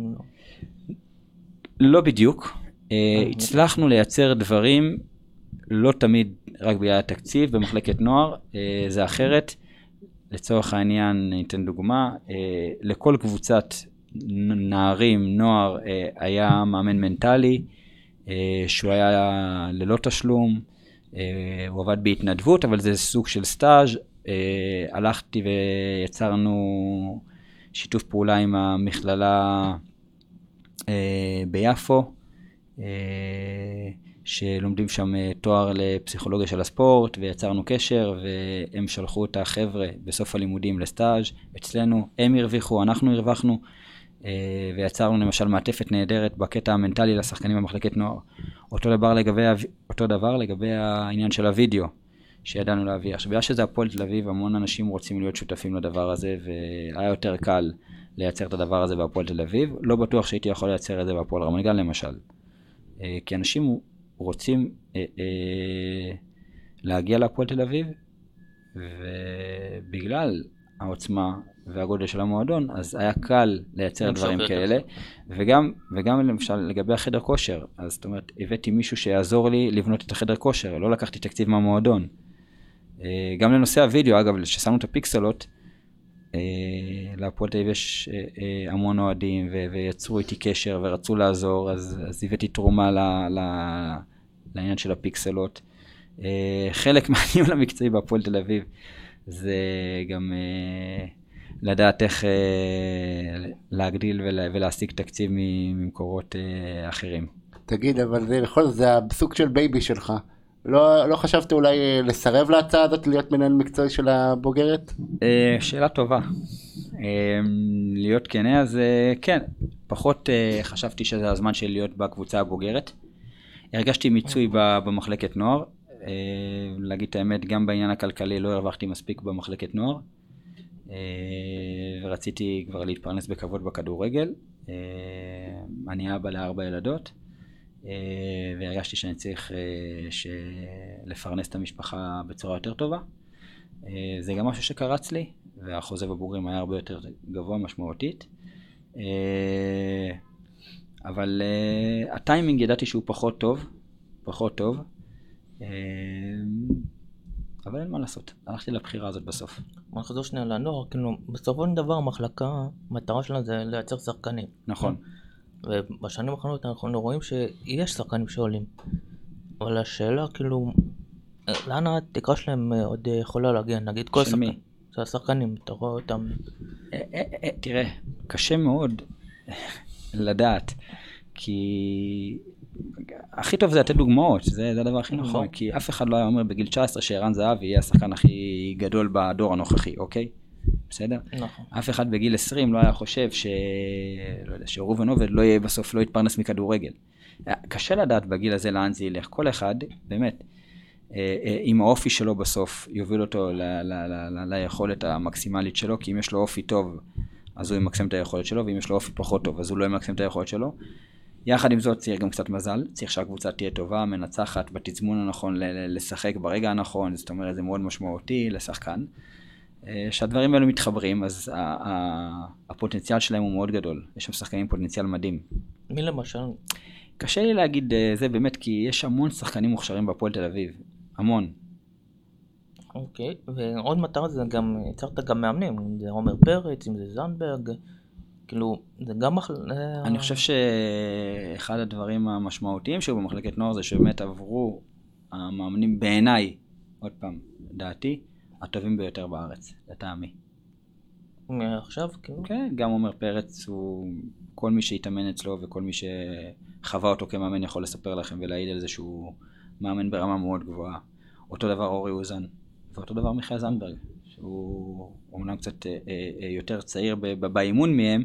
לא בדיוק. הצלחנו לייצר דברים, לא תמיד רק בגלל התקציב, במחלקת נוער, זה אחרת. לצורך העניין, ניתן דוגמה, לכל קבוצת נערים, נוער, היה מאמן מנטלי, שהוא היה ללא תשלום, הוא עבד בהתנדבות, אבל זה סוג של סטאז'. הלכתי ויצרנו שיתוף פעולה עם המכללה ביפו, שלומדים שם תואר לפסיכולוגיה של הספורט, ויצרנו קשר, והם שלחו את החבר'ה בסוף הלימודים לסטאז' אצלנו, הם הרוויחו, אנחנו הרווחנו, ויצרנו למשל מעטפת נהדרת בקטע המנטלי לשחקנים במחלקת נוער. אותו דבר לגבי העניין של הוידאו, שידענו להביא. עכשיו, בגלל שזה הפועל תל אביב, המון אנשים רוצים להיות שותפים לדבר הזה, והיה יותר קל לייצר את הדבר הזה בהפועל תל אביב. לא בטוח שהייתי יכול לייצר את זה בהפועל רמת גן למשל. כי אנשים רוצים להגיע להפועל תל אביב, ובגלל העוצמה והגודל של המועדון, אז היה קל לייצר דברים כאלה. וגם למשל לגבי החדר כושר, אז זאת אומרת, הבאתי מישהו שיעזור לי לבנות את החדר כושר, לא לקחתי תקציב מהמועדון. גם לנושא הוידאו, אגב, ששמנו את הפיקסלות, להפועל תל אביב יש המון אוהדים, ויצרו איתי קשר ורצו לעזור, אז הבאתי תרומה לעניין של הפיקסלות. חלק מהניהול המקצועי בהפועל תל אביב, זה גם לדעת איך להגדיל ולהשיג תקציב ממקורות אחרים. תגיד, אבל זה בכל זאת, זה הסוג של בייבי שלך. לא חשבת אולי לסרב להצעה הזאת, להיות מנהל מקצועי של הבוגרת? שאלה טובה. להיות כנה, אז כן, פחות חשבתי שזה הזמן של להיות בקבוצה הבוגרת. הרגשתי מיצוי במחלקת נוער. להגיד את האמת, גם בעניין הכלכלי לא הרווחתי מספיק במחלקת נוער. ורציתי כבר להתפרנס בכבוד בכדורגל. אני אבא ל4 ילדות. והרגשתי שאני צריך לפרנס את המשפחה בצורה יותר טובה. זה גם משהו שקרץ לי, והחוזה בבוגרים היה הרבה יותר גבוה משמעותית. אבל הטיימינג ידעתי שהוא פחות טוב. אבל אין מה לעשות, הלכתי לבחירה הזאת בסוף. בוא נחזור שנייה לנוער, כאילו בסופו של דבר המחלקה, המטרה שלה זה לייצר שחקנים. נכון. ובשנים האחרונות אנחנו רואים שיש שחקנים שעולים. אבל השאלה כאילו, לאן התקרה שלהם עוד יכולה להגיע? נגיד כל שחקן. זה השחקנים, אתה רואה אותם. תראה, קשה מאוד לדעת, כי הכי טוב זה לתת דוגמאות, זה הדבר הכי נכון, כי אף אחד לא היה אומר בגיל 19 שערן זהבי יהיה השחקן הכי גדול בדור הנוכחי, אוקיי? בסדר? נכון. אף אחד בגיל 20 לא היה חושב שראובן עובד לא יהיה בסוף, לא יתפרנס מכדורגל. קשה לדעת בגיל הזה לאן זה ילך. כל אחד, באמת, עם האופי שלו בסוף, יוביל אותו ליכולת המקסימלית שלו, כי אם יש לו אופי טוב, אז הוא ימקסם את היכולת שלו, ואם יש לו אופי פחות טוב, אז הוא לא ימקסם את היכולת שלו. יחד עם זאת צריך גם קצת מזל, צריך שהקבוצה תהיה טובה, מנצחת, בתזמון הנכון לשחק ברגע הנכון, זאת אומרת זה מאוד משמעותי לשחקן. שהדברים האלו מתחברים, אז הפוטנציאל שלהם הוא מאוד גדול, יש שם שחקנים פוטנציאל מדהים. מי למשל? קשה לי להגיד זה באמת, כי יש המון שחקנים מוכשרים בהפועל תל אביב, המון. אוקיי, ועוד מטרה זה גם, יצרת גם מאמנים, אם זה עומר פרץ, אם זה זנברג, כאילו, זה גם אני חושב שאחד הדברים המשמעותיים שהיו במחלקת נוער זה שבאמת עברו המאמנים בעיניי, עוד פעם, דעתי, הטובים ביותר בארץ, לטעמי. מעכשיו, כאילו? כן, גם עומר פרץ הוא, כל מי שהתאמן אצלו וכל מי שחווה אותו כמאמן יכול לספר לכם ולהעיד על זה שהוא מאמן ברמה מאוד גבוהה. אותו דבר אורי אוזן, ואותו דבר מיכאל זנברג, שהוא אומנם קצת יותר צעיר באימון מהם,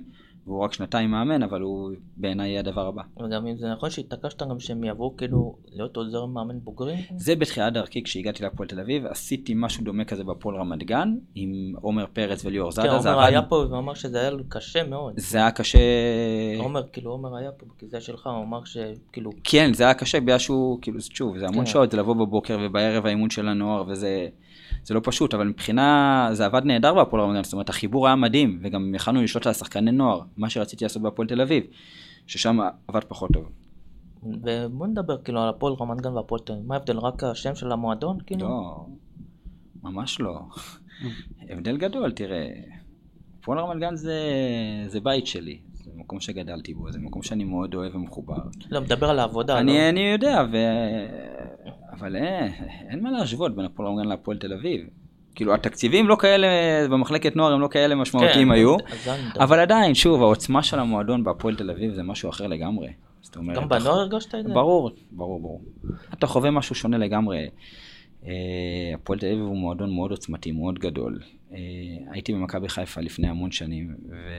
והוא רק 2 מאמן, אבל הוא בעיניי יהיה הדבר הבא. וגם אם זה נכון שהתעקשת גם שהם יעברו כאילו להיות עוזר מאמן בוגרים? זה בתחילת דרכי, כשהגעתי להפועל תל אביב, עשיתי משהו דומה כזה בהפועל רמת גן, עם עומר פרץ וליאור זאדה. כן, עומר היה פה ואמר שזה היה קשה מאוד. זה היה קשה... עומר היה פה בכיסא שלך, הוא אמר שכאילו... כן, זה היה קשה, בגלל שהוא, כאילו, שוב, זה המון שעות, זה לבוא בבוקר ובערב האימון של הנוער, וזה לא פשוט, אבל מבחינה, זה עבד נהדר בהפועל רמת גן, זאת אומרת, החיבור היה מדהים, וגם יכלנו לשלוט על שחקני נוער, מה שרציתי לעשות בהפועל תל אביב, ששם עבד פחות טוב. ובוא נדבר כאילו על הפועל רמת גן והפועל תל אביב, מה ההבדל? רק השם של המועדון? כאילו? לא, ממש לא. הבדל גדול, תראה, הפועל רמת גן זה בית שלי, זה מקום שגדלתי בו, זה מקום שאני מאוד אוהב ומחובר. לא, מדבר על העבודה. אני יודע, אבל אין מה להשוות בין הפועל רמת גן להפועל תל אביב. כאילו התקציבים לא כאלה, במחלקת נוער הם לא כאלה משמעותיים היו, אבל עדיין, שוב, העוצמה של המועדון בהפועל תל אביב זה משהו אחר לגמרי. גם בנוער הרגשת את זה? ברור. אתה חווה משהו שונה לגמרי. הפועל תל אביב הוא מועדון מאוד עוצמתי, מאוד גדול. הייתי במכבי חיפה לפני המון שנים,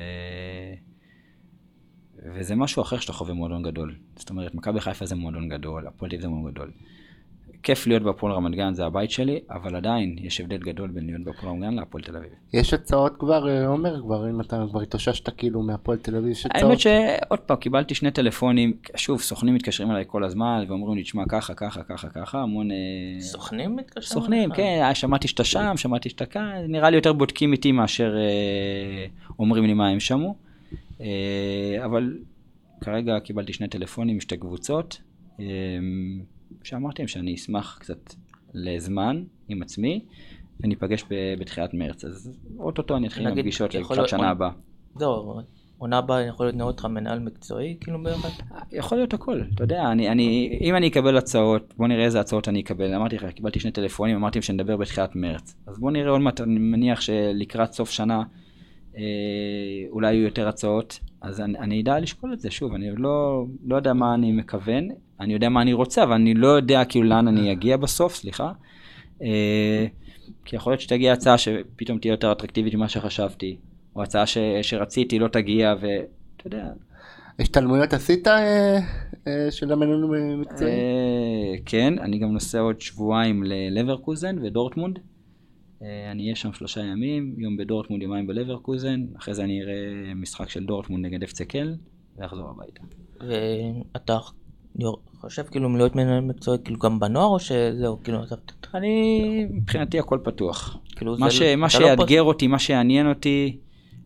וזה משהו אחר שאתה חווה מועדון גדול. זאת אומרת, מכבי חיפה זה מועדון גדול, הפועל תל אביב זה מועדון גדול. כיף להיות בהפועל רמת גן, זה הבית שלי, אבל עדיין יש הבדל גדול בין להיות בהפועל רמת גן להפועל תל אביב. יש הצעות כבר, עומר, אם אתה כבר התאוששת כאילו מהפועל תל אביב, יש הצעות? האמת שעוד פעם, קיבלתי 2 טלפונים, שוב, סוכנים מתקשרים אליי כל הזמן, ואומרים לי, תשמע, ככה, המון... סוכנים מתקשרים? סוכנים, כן, שמעתי שאתה שם, שמעתי שאתה כאן, נראה לי יותר בודקים איתי מאשר אומרים לי מה הם שמו, אבל כרגע קיבלתי 2 טלפונים, 2 קבוצות, שאמרתם שאני אשמח קצת לזמן עם עצמי, וניפגש בתחילת מרץ, אז אוטוטו אני אתחיל עם הפגישות לקראת שנה הבאה. זהו, עונה הבאה יכול להיות נראות לך מנהל מקצועי, כאילו בערך? יכול להיות הכל, אתה יודע, אם אני אקבל הצעות, בוא נראה איזה הצעות אני אקבל, אמרתי לך, קיבלתי 2 טלפונים, אמרתי שנדבר בתחילת מרץ, אז בוא נראה עוד מעט, אני מניח שלקראת סוף שנה, אולי יהיו יותר הצעות, אז אני יודע לשקול את זה, שוב, אני לא יודע מה אני מכוון, אני יודע מה אני רוצה, אבל אני לא יודע כאילו לאן אני אגיע בסוף, סליחה, כי יכול להיות שתגיע הצעה שפתאום תהיה יותר אטרקטיבית ממה שחשבתי, או הצעה שרציתי לא תגיע, ואתה יודע. השתלמויות עשית של המנהל מקצועי? כן, אני גם נוסע עוד שבועיים ללברקוזן ודורטמונד, אני אהיה שם 3 ימים, יום בדורטמונד, יומיים בלברקוזן, אחרי זה אני אראה משחק של דורטמונד נגד אפצקל, ואחזור הביתה. ואתה חושב כאילו להיות מנהל מקצועי כאילו גם בנוער, או שזהו, כאילו עזבת? אני, מבחינתי הכל פתוח. מה שיאתגר אותי, מה שיעניין אותי,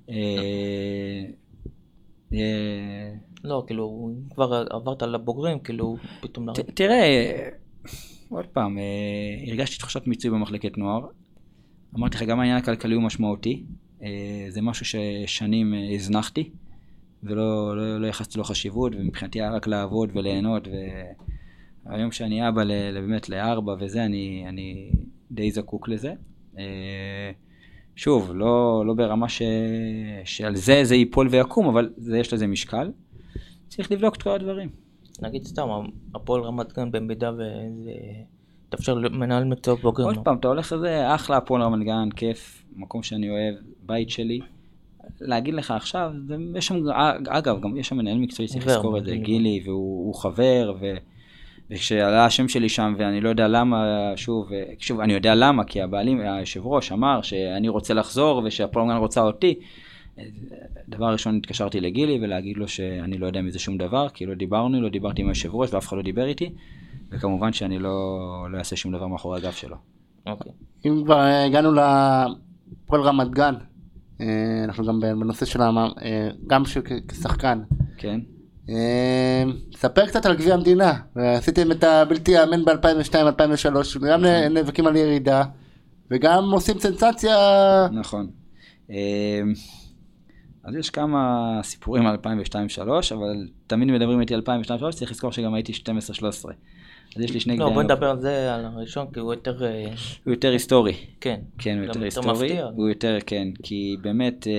לא, כאילו, כבר עברת לבוגרים, כאילו, פתאום... תראה, עוד פעם, הרגשתי תחושת מיצוי במחלקת נוער, אמרתי לך, גם העניין הכלכלי הוא משמעותי, זה משהו ששנים הזנחתי, ולא יחסתי לו חשיבות, ומבחינתי היה רק לעבוד וליהנות, והיום שאני אבא באמת ל4 וזה, אני די זקוק לזה. שוב, לא ברמה שעל זה ייפול ויקום, אבל יש לזה משקל. צריך לבדוק את כל הדברים. נגיד סתם, הפועל רמת גן במידה וזה... תאפשר מנהל מקצוע בוגרים. עוד פעם, אתה הולך לזה, אחלה הפועל רמת גן, כיף, מקום שאני אוהב, בית שלי. להגיד לך עכשיו, יש שם, אגב, גם יש שם מנהל מקצועי, צריך לזכור את זה, גילי, והוא חבר, וכשעלה השם שלי שם, ואני לא יודע למה, שוב, אני יודע למה, כי הבעלים, היושב ראש אמר שאני רוצה לחזור, ושהפועל רמת גן רוצה אותי. דבר ראשון, התקשרתי לגילי, ולהגיד לו שאני לא יודע מזה שום דבר, כי לא דיברתי עם היושב ראש, ואף אחד לא דיבר איתי. וכמובן שאני לא אעשה שום דבר מאחורי הגב שלו. אוקיי. אם כבר הגענו לפועל רמת גן, אנחנו גם בנושא של גם כשחקן. כן. ספר קצת על גביע המדינה. עשיתם את הבלתי יאמן ב-2002-2003, גם נאבקים על ירידה, וגם עושים סנסציה. נכון. אז יש כמה סיפורים על 2002-2003, אבל תמיד מדברים איתי על 2002-2003, צריך לזכור שגם הייתי 12-13. אז יש לי 2 גביעים. לא, בוא נדבר על זה, על הראשון, כי הוא יותר... הוא יותר היסטורי. כן. כן, הוא יותר היסטורי. הוא יותר, כן, כי באמת,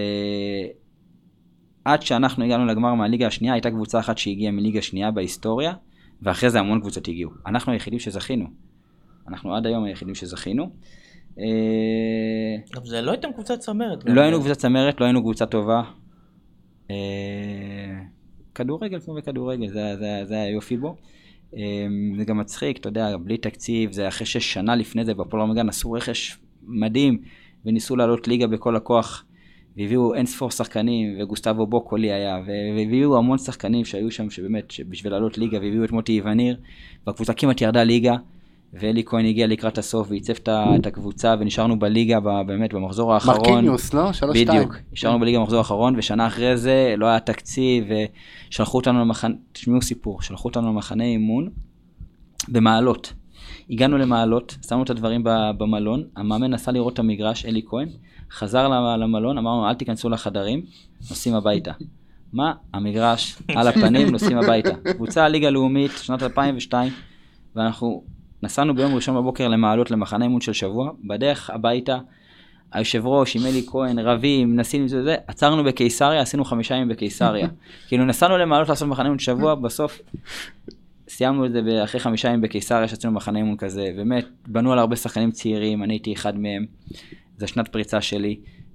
עד שאנחנו הגענו לגמר מהליגה השנייה, הייתה קבוצה אחת שהגיעה מליגה שנייה בהיסטוריה, ואחרי זה המון קבוצות הגיעו. אנחנו היחידים שזכינו. אנחנו עד היום היחידים שזכינו. אבל זה לא הייתם קבוצת צמרת. לא היינו קבוצת צמרת, לא היינו קבוצה טובה. כדורגל כמו בכדורגל, זה היופי בו. זה גם מצחיק, אתה יודע, בלי תקציב, זה אחרי 6 שנה לפני זה, בפועל רמת גן עשו רכש מדהים, וניסו לעלות ליגה בכל הכוח, והביאו אין ספור שחקנים, וגוסטבו בוקולי היה, והביאו המון שחקנים שהיו שם, שבאמת, בשביל לעלות ליגה, והביאו את מוטי איווניר, והקבוצה כמעט ירדה ליגה, ואלי כהן הגיע לקראת הסוף, וייצב את הקבוצה, ונשארנו בליגה באמת במחזור האחרון. מרקיניוס, לא? 3-2. בדיוק, נשארנו בליגה במחזור האחרון, ושנה אחרי זה לא היה תקציב, ושלחו אותנו למחנה, תשמעו סיפור, שלחו אותנו למחנה אימון, במעלות. הגענו למעלות, שמנו את הדברים במלון, המאמן נסע לראות את המגרש, אלי כהן, חזר למלון, אמרנו, אל תיכנסו לחדרים, נוסעים הביתה. מה? המגרש על הפנים, נוסעים הביתה. קבוצה ליגה לאומית, שנת 2002, ואנחנו נסענו ביום ראשון בבוקר למעלות, למחנה אימון של שבוע, בדרך הביתה, היושב ראש עם אלי כהן, רבים, נסים עם זה, עצרנו בקיסריה, עשינו 5 ימים בקיסריה. כאילו נסענו למעלות לעשות מחנה אימון שבוע, בסוף סיימנו את זה אחרי 5 ימים בקיסריה, שעשינו מחנה אימון כזה, באמת, בנו על הרבה שחקנים צעירים, אני הייתי אחד מהם, זה שנת פריצה שלי,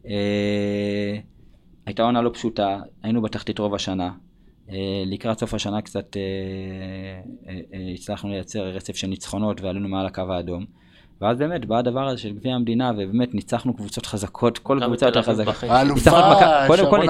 הייתה עונה לא פשוטה, היינו בתחתית רוב השנה, לקראת סוף השנה קצת הצלחנו לייצר רצף של ניצחונות ועלינו מעל הקו האדום, ואז באמת בא הדבר הזה של גביע המדינה, ובאמת ניצחנו קבוצות חזקות, כל קבוצה יותר חזקה. קודם כל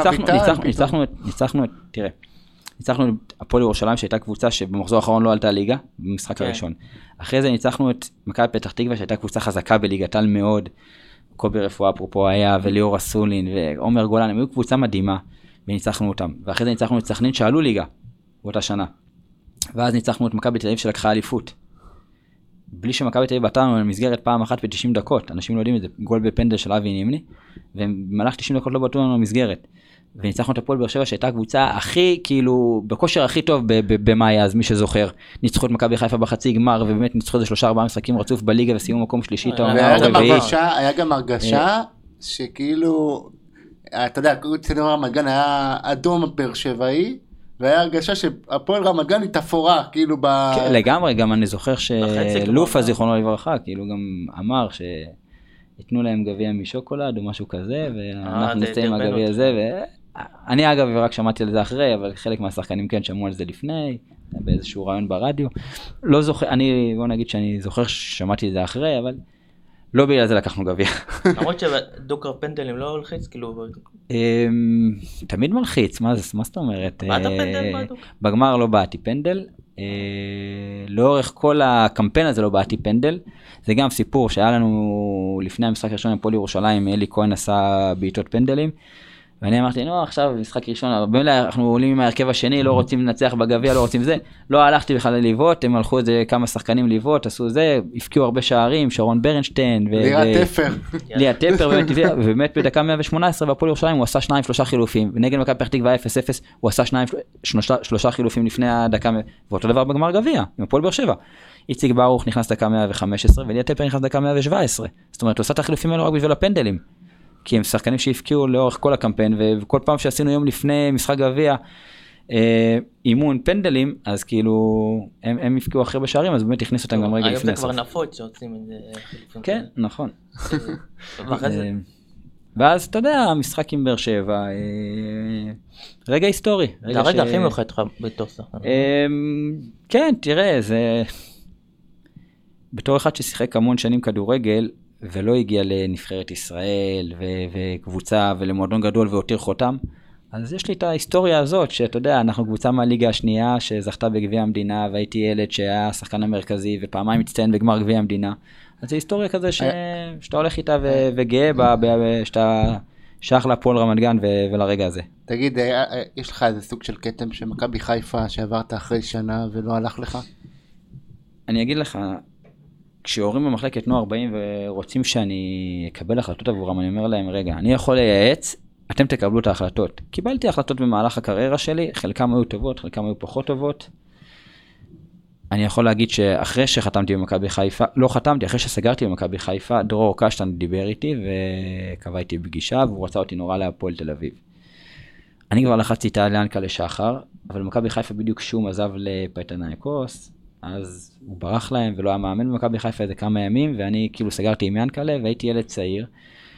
ניצחנו את הפועל ירושלים, שהייתה קבוצה שבמחזור האחרון לא עלתה ליגה, במשחק הראשון. אחרי זה ניצחנו את מכבי פתח תקווה, שהייתה קבוצה חזקה בליגת העל מאוד, קובי רפואה אפרופו היה, וליאור אסולין, ועומר גולן, הם היו קבוצה מדהימה, וניצחנו אותם. ואחרי זה ניצחנו את סכנין שעלו ליגה, באותה שנה. ואז ניצחנו את מכבי תל אביב שלקחה אליפות. בלי שמכבי תל אביב בעטנו למסגרת פעם אחת ב-90 דקות, אנשים לא יודעים את זה, גול בפנדל של אבי נימני, ובמהלך 90 דקות לא בעטו לנו למסגרת. וניצחנו את הפועל באר שבע שהייתה הקבוצה הכי, כאילו, בכושר הכי טוב במאי, אז מי שזוכר, ניצחו את מכבי חיפה בחצי גמר, ובאמת ניצחו את זה 3-4 משחקים רצוף בליגה וסיימו מקום שלישי. היה גם הרגשה שכאילו, אתה יודע, צדור רמת גן היה אדום באר שבעי, והיה הרגשה שהפועל רמת גן היא תפורה, כאילו לגמרי, גם אני זוכר שלופה זיכרונו לברכה, כאילו גם אמר שיתנו להם גביע משוקולד או משהו כזה, ואנחנו נצא עם הגביע הזה, אני אגב רק שמעתי על זה אחרי, אבל חלק מהשחקנים כן שמעו על זה לפני, באיזשהו רעיון ברדיו. לא זוכר, בוא נגיד שאני זוכר ששמעתי על זה אחרי, אבל לא בגלל זה לקחנו גביע. למרות שדוקר פנדלים לא הולחיץ, כאילו... תמיד מלחיץ, מה זאת אומרת? בעט הפנדל בדוק? בגמר לא בעטי פנדל, לאורך כל הקמפיין הזה לא בעטי פנדל, זה גם סיפור שהיה לנו לפני המשחק הראשון עם הפועל ירושלים, אלי כהן עשה בעיטות פנדלים, ואני אמרתי, משחק משחק ראשון, באמת אנחנו עולים עם ההרכב השני, לא רוצים לנצח בגביע, לא רוצים זה, לא הלכתי בכלל לליוות, הם הלכו את זה כמה שחקנים ליוות, עשו זה, הפקיעו הרבה שערים, שרון ברנשטיין, ליאת טפר, ובאמת בדקה 118 בהפועל ירושלים הוא עשה 2-3 חילופים, ונגד מכבי פתח תקווה 0-0 הוא עשה 2-3 חילופים לפני הדקה, ואותו דבר בגמר גביע, עם הפועל באר שבע. איציק ברוך נכנס דקה 115, וליאת טפר נכנס דקה 117, זאת אומרת, הוא עשה את החילופים האלו רק בשביל הפנדלים. כי הם שחקנים שהפקיעו לאורך כל הקמפיין, וכל פעם שעשינו יום לפני משחק גביע, אימון פנדלים, אז כאילו, הם הפקיעו אחרי בשערים, אז באמת הכניסו אותם גם רגע לפני הסוף. היום זה כבר נפוץ שעושים את זה. כן, נכון. ואז אתה יודע, המשחק עם באר שבע, רגע היסטורי. זה הרגע הכי מיוחד לך בתור שחקן. כן, תראה, זה... בתור אחד ששיחק המון שנים כדורגל, ולא הגיע לנבחרת ישראל וקבוצה ולמועדון גדול והותיר חותם, אז יש לי את ההיסטוריה הזאת, שאתה יודע, אנחנו קבוצה מהליגה השנייה שזכתה בגביע המדינה, והייתי ילד שהיה השחקן המרכזי ופעמיים מצטיין בגמר גביע המדינה, אז זו היסטוריה כזה שאתה הולך איתה וגאה שאתה שייך להפועל רמת גן ולרגע הזה. תגיד, יש לך איזה סוג של קטם שמכבי חיפה שעברת אחרי שנה ולא הלך לך? אני אגיד לך, כשהורים במחלקת נוער באים ורוצים שאני אקבל החלטות עבורם, אני אומר להם, רגע, אני יכול לייעץ, אתם תקבלו את ההחלטות. קיבלתי החלטות במהלך הקריירה שלי, חלקם היו טובות, חלקם היו פחות טובות. אני יכול להגיד שאחרי שחתמתי במכבי חיפה, לא חתמתי, אחרי שסגרתי במכבי חיפה, דרור קשטן דיבר איתי וקבע איתי פגישה, והוא רצה אותי נורא להפועל תל אביב. אני כבר לחצתי איתה לאנקה לשחר, אבל מכבי חיפה בדיוק שום עזב לפייטנאיקוס, אז הוא ברח להם ולא היה מאמן במכבי חיפה איזה כמה ימים, ואני כאילו סגרתי עם ינקלה והייתי ילד צעיר,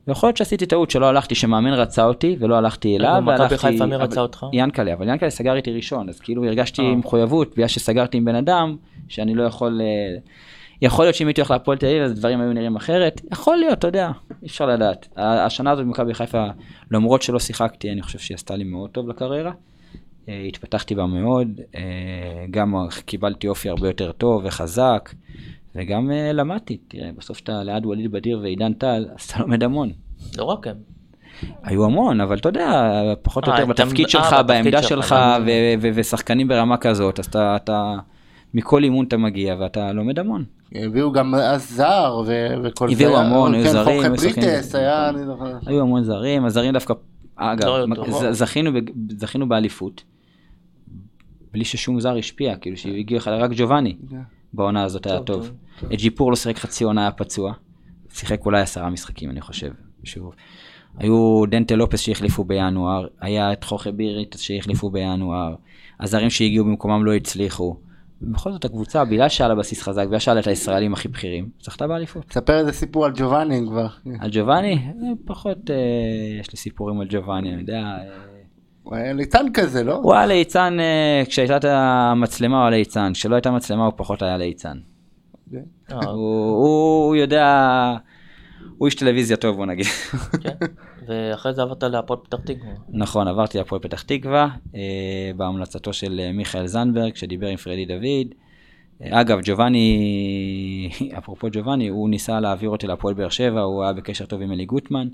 ויכול להיות שעשיתי טעות שלא הלכתי, שמאמן רצה אותי ולא הלכתי אליו. מכבי חיפה מי רצה אותך? ינקלה, אבל ינקלה סגר איתי ראשון, אז כאילו הרגשתי מחויבות, בגלל שסגרתי עם בן אדם, שאני לא יכול להיות שאם הייתי הולך להפועל תל אביב, אז דברים היו נראים אחרת. יכול להיות, אתה יודע, אי אפשר לדעת. השנה הזאת במכבי חיפה, למרות שלא שיחקתי, אני חושב שהיא עשתה לי מאוד טוב לקריירה. התפתחתי בה מאוד, גם קיבלתי אופי הרבה יותר טוב וחזק, וגם למדתי. תראה, בסוף שאתה ליד וליד בדיר ועידן טל, אז אתה לומד המון. לא רק הם. היו המון, אבל אתה יודע, פחות או יותר בתפקיד שלך, בעמדה שלך, ושחקנים ברמה כזאת, אז אתה מכל אימון אתה מגיע, ואתה לומד המון. הביאו גם אז זר, וכל זה. הביאו המון, היו זרים. היו המון זרים, הזרים דווקא, אגב, זכינו באליפות, בלי ששום זר השפיע, כאילו שהגיע רק ג'ובאני, בעונה הזאת היה טוב. ג'יפור לא שיחק חצי עונה, היה פצוע, שיחק אולי 10 משחקים, אני חושב, שוב. היו דנטה לופס שהחליפו בינואר, היה את חוכה בירית שהחליפו בינואר, הזרים שהגיעו במקומם לא הצליחו. בכל זאת הקבוצה, בגלל שעל הבסיס חזק, בגלל שעל את הישראלים הכי בכירים, זכתה באליפות. תספר איזה סיפור על ג'ובאני כבר. על ג'ובאני? פחות, יש לי סיפורים על ג'ובאני, אני יודע. הוא היה ליצן כזה, לא? הוא היה ליצן, כשהייתה את המצלמה הוא היה ליצן, כשלא הייתה מצלמה הוא פחות היה ליצן. הוא יודע, הוא איש טלוויזיה טוב, בוא נגיד. ואחרי זה עברת להפועל פתח תקווה. נכון, עברתי להפועל פתח תקווה, בהמלצתו של מיכאל זנדברג, שדיבר עם פרדי דוד. אגב, ג'ובאני, אפרופו ג'ובאני, הוא ניסה להעביר אותי להפועל באר שבע, הוא היה בקשר טוב עם אלי גוטמן,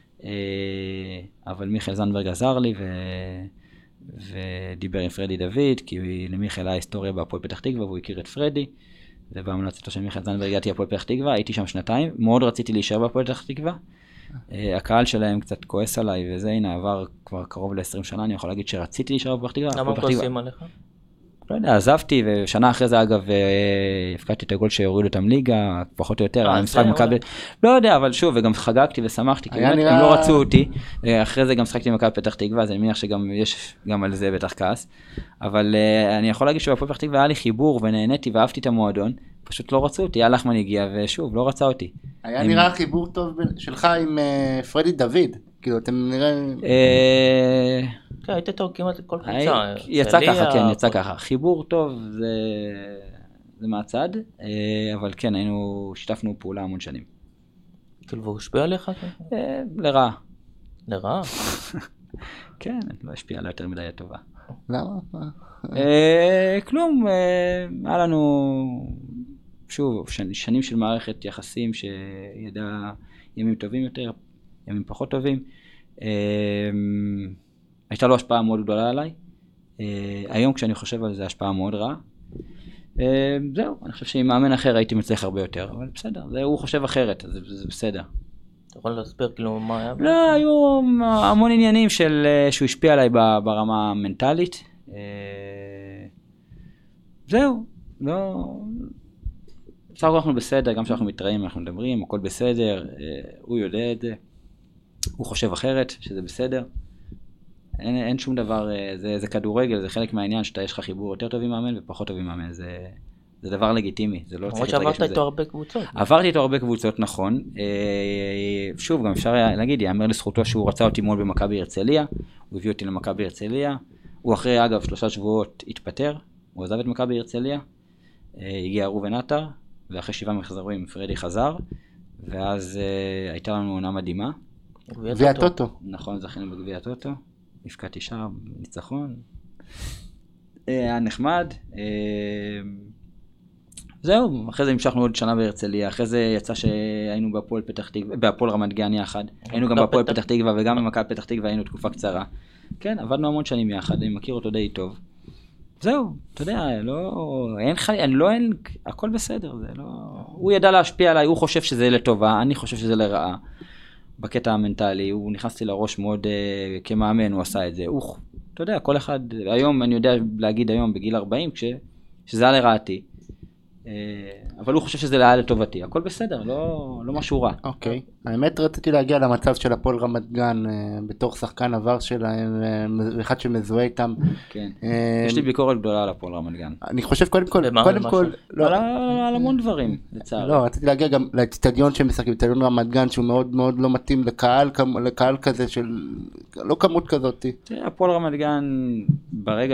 אבל מיכאל זנדברג עזר לי ודיבר עם פרדי דוד, כי למיכאל היה היסטוריה בהפועל פתח תקווה, והוא הכיר את פרדי, ובהמלצתו של מיכאל זנדברג הגעתי להפועל פתח תקווה, הייתי שם 2 מאוד רציתי להישאר בהפועל פתח תקווה, הקהל שלהם קצת כועס עליי, וזה הנה עבר כבר קרוב ל-20 שנה, אני יכול להגיד שרציתי להישאר בפתח תקווה. למה כועסים עליך? לא יודע, עזבתי, ושנה אחרי זה אגב, הפקדתי את הגול שהורידו אותם ליגה, פחות או יותר, המשחק מכבי, לא יודע, אבל שוב, וגם חגגתי ושמחתי, כי באמת הם לא רצו אותי, אחרי זה גם שחקתי מכבי פתח תקווה, אז אני מניח שגם יש גם על זה בטח כעס, אבל אני יכול להגיד שבפתח תקווה היה לי חיבור, ונהניתי ואהבתי את המועדון, פשוט לא רצו אותי, לחמן הגיע, ושוב, לא רצה אותי. היה נראה חיבור טוב שלך עם פרדי דוד, כאילו אתם נראה... כן, היית טוב כמעט לכל קבוצה. יצא ככה, כן, יצא ככה. חיבור טוב זה מהצד, אבל כן, שיתפנו פעולה המון שנים. כאילו, והוא השפיע עליך? לרעה. לרעה? כן, לא השפיע עליי יותר מדי טובה. למה? כלום, היה לנו, שוב, שנים של מערכת יחסים שידע ימים טובים יותר, ימים פחות טובים. הייתה לו השפעה מאוד גדולה עליי. היום כשאני חושב על זה, השפעה מאוד רעה. זהו, אני חושב שעם מאמן אחר הייתי מצליח הרבה יותר, אבל בסדר, הוא חושב אחרת, אז זה בסדר. אתה יכול להסביר כאילו מה היה? לא, היו המון עניינים שהוא השפיע עליי ברמה המנטלית. זהו, לא... בסך הכל אנחנו בסדר, גם כשאנחנו מתראים, אנחנו מדברים, הכל בסדר, הוא יודע את זה, הוא חושב אחרת, שזה בסדר. אין שום דבר, זה כדורגל, זה חלק מהעניין שאתה יש לך חיבור יותר טוב עם מאמן ופחות טוב עם מאמן, זה דבר לגיטימי, זה לא צריך להתרגש מזה. שעברת איתו הרבה קבוצות. עברתי איתו הרבה קבוצות, נכון. שוב, גם אפשר להגיד, יאמר לזכותו שהוא רצה אותי מאוד במכבי הרצליה, הוא הביא אותי למכבי הרצליה, הוא אחרי, אגב, 3 שבועות התפטר, הוא עזב את מכבי הרצליה, הגיע רובן עטר, ואחרי 7 מחזורים פרדי חזר, ואז הייתה לנו עונה מדהימה. גביע הטוטו. נכון, זכינו בגביע הטוטו. נפקעתי שער, ניצחון. היה נחמד. זהו, אחרי זה המשכנו עוד שנה בהרצליה, אחרי זה יצא שהיינו בהפועל פתח תקווה, בהפועל רמת גן יחד. היינו גם בהפועל פתח תקווה וגם במכבי פתח תקווה היינו תקופה קצרה. כן, עבדנו המון שנים יחד, אני מכיר אותו די טוב. זהו, אתה יודע, הכל בסדר, זה לא... הוא ידע להשפיע עליי, הוא חושב שזה לטובה, אני חושב שזה לרעה. בקטע המנטלי, הוא נכנס לי לראש מאוד כמאמן, הוא עשה את זה. אתה יודע, כל אחד, היום, אני יודע להגיד היום בגיל 40, שזה היה לרעתי. אבל הוא חושב שזה היה לטובתי, הכל בסדר, לא משהו רע. אוקיי. האמת רציתי להגיע למצב של הפועל רמת גן בתור שחקן עבר שלהם, אחד שמזוהה איתם. כן. יש לי ביקורת גדולה על הפועל רמת גן. אני חושב קודם כל, על המון דברים, לצערי. לא, רציתי להגיע גם לאצטדיון שהם משחקים, אצטדיון רמת גן שהוא מאוד מאוד לא מתאים לקהל כזה של, לא כמות כזאת. הפועל רמת גן ברגע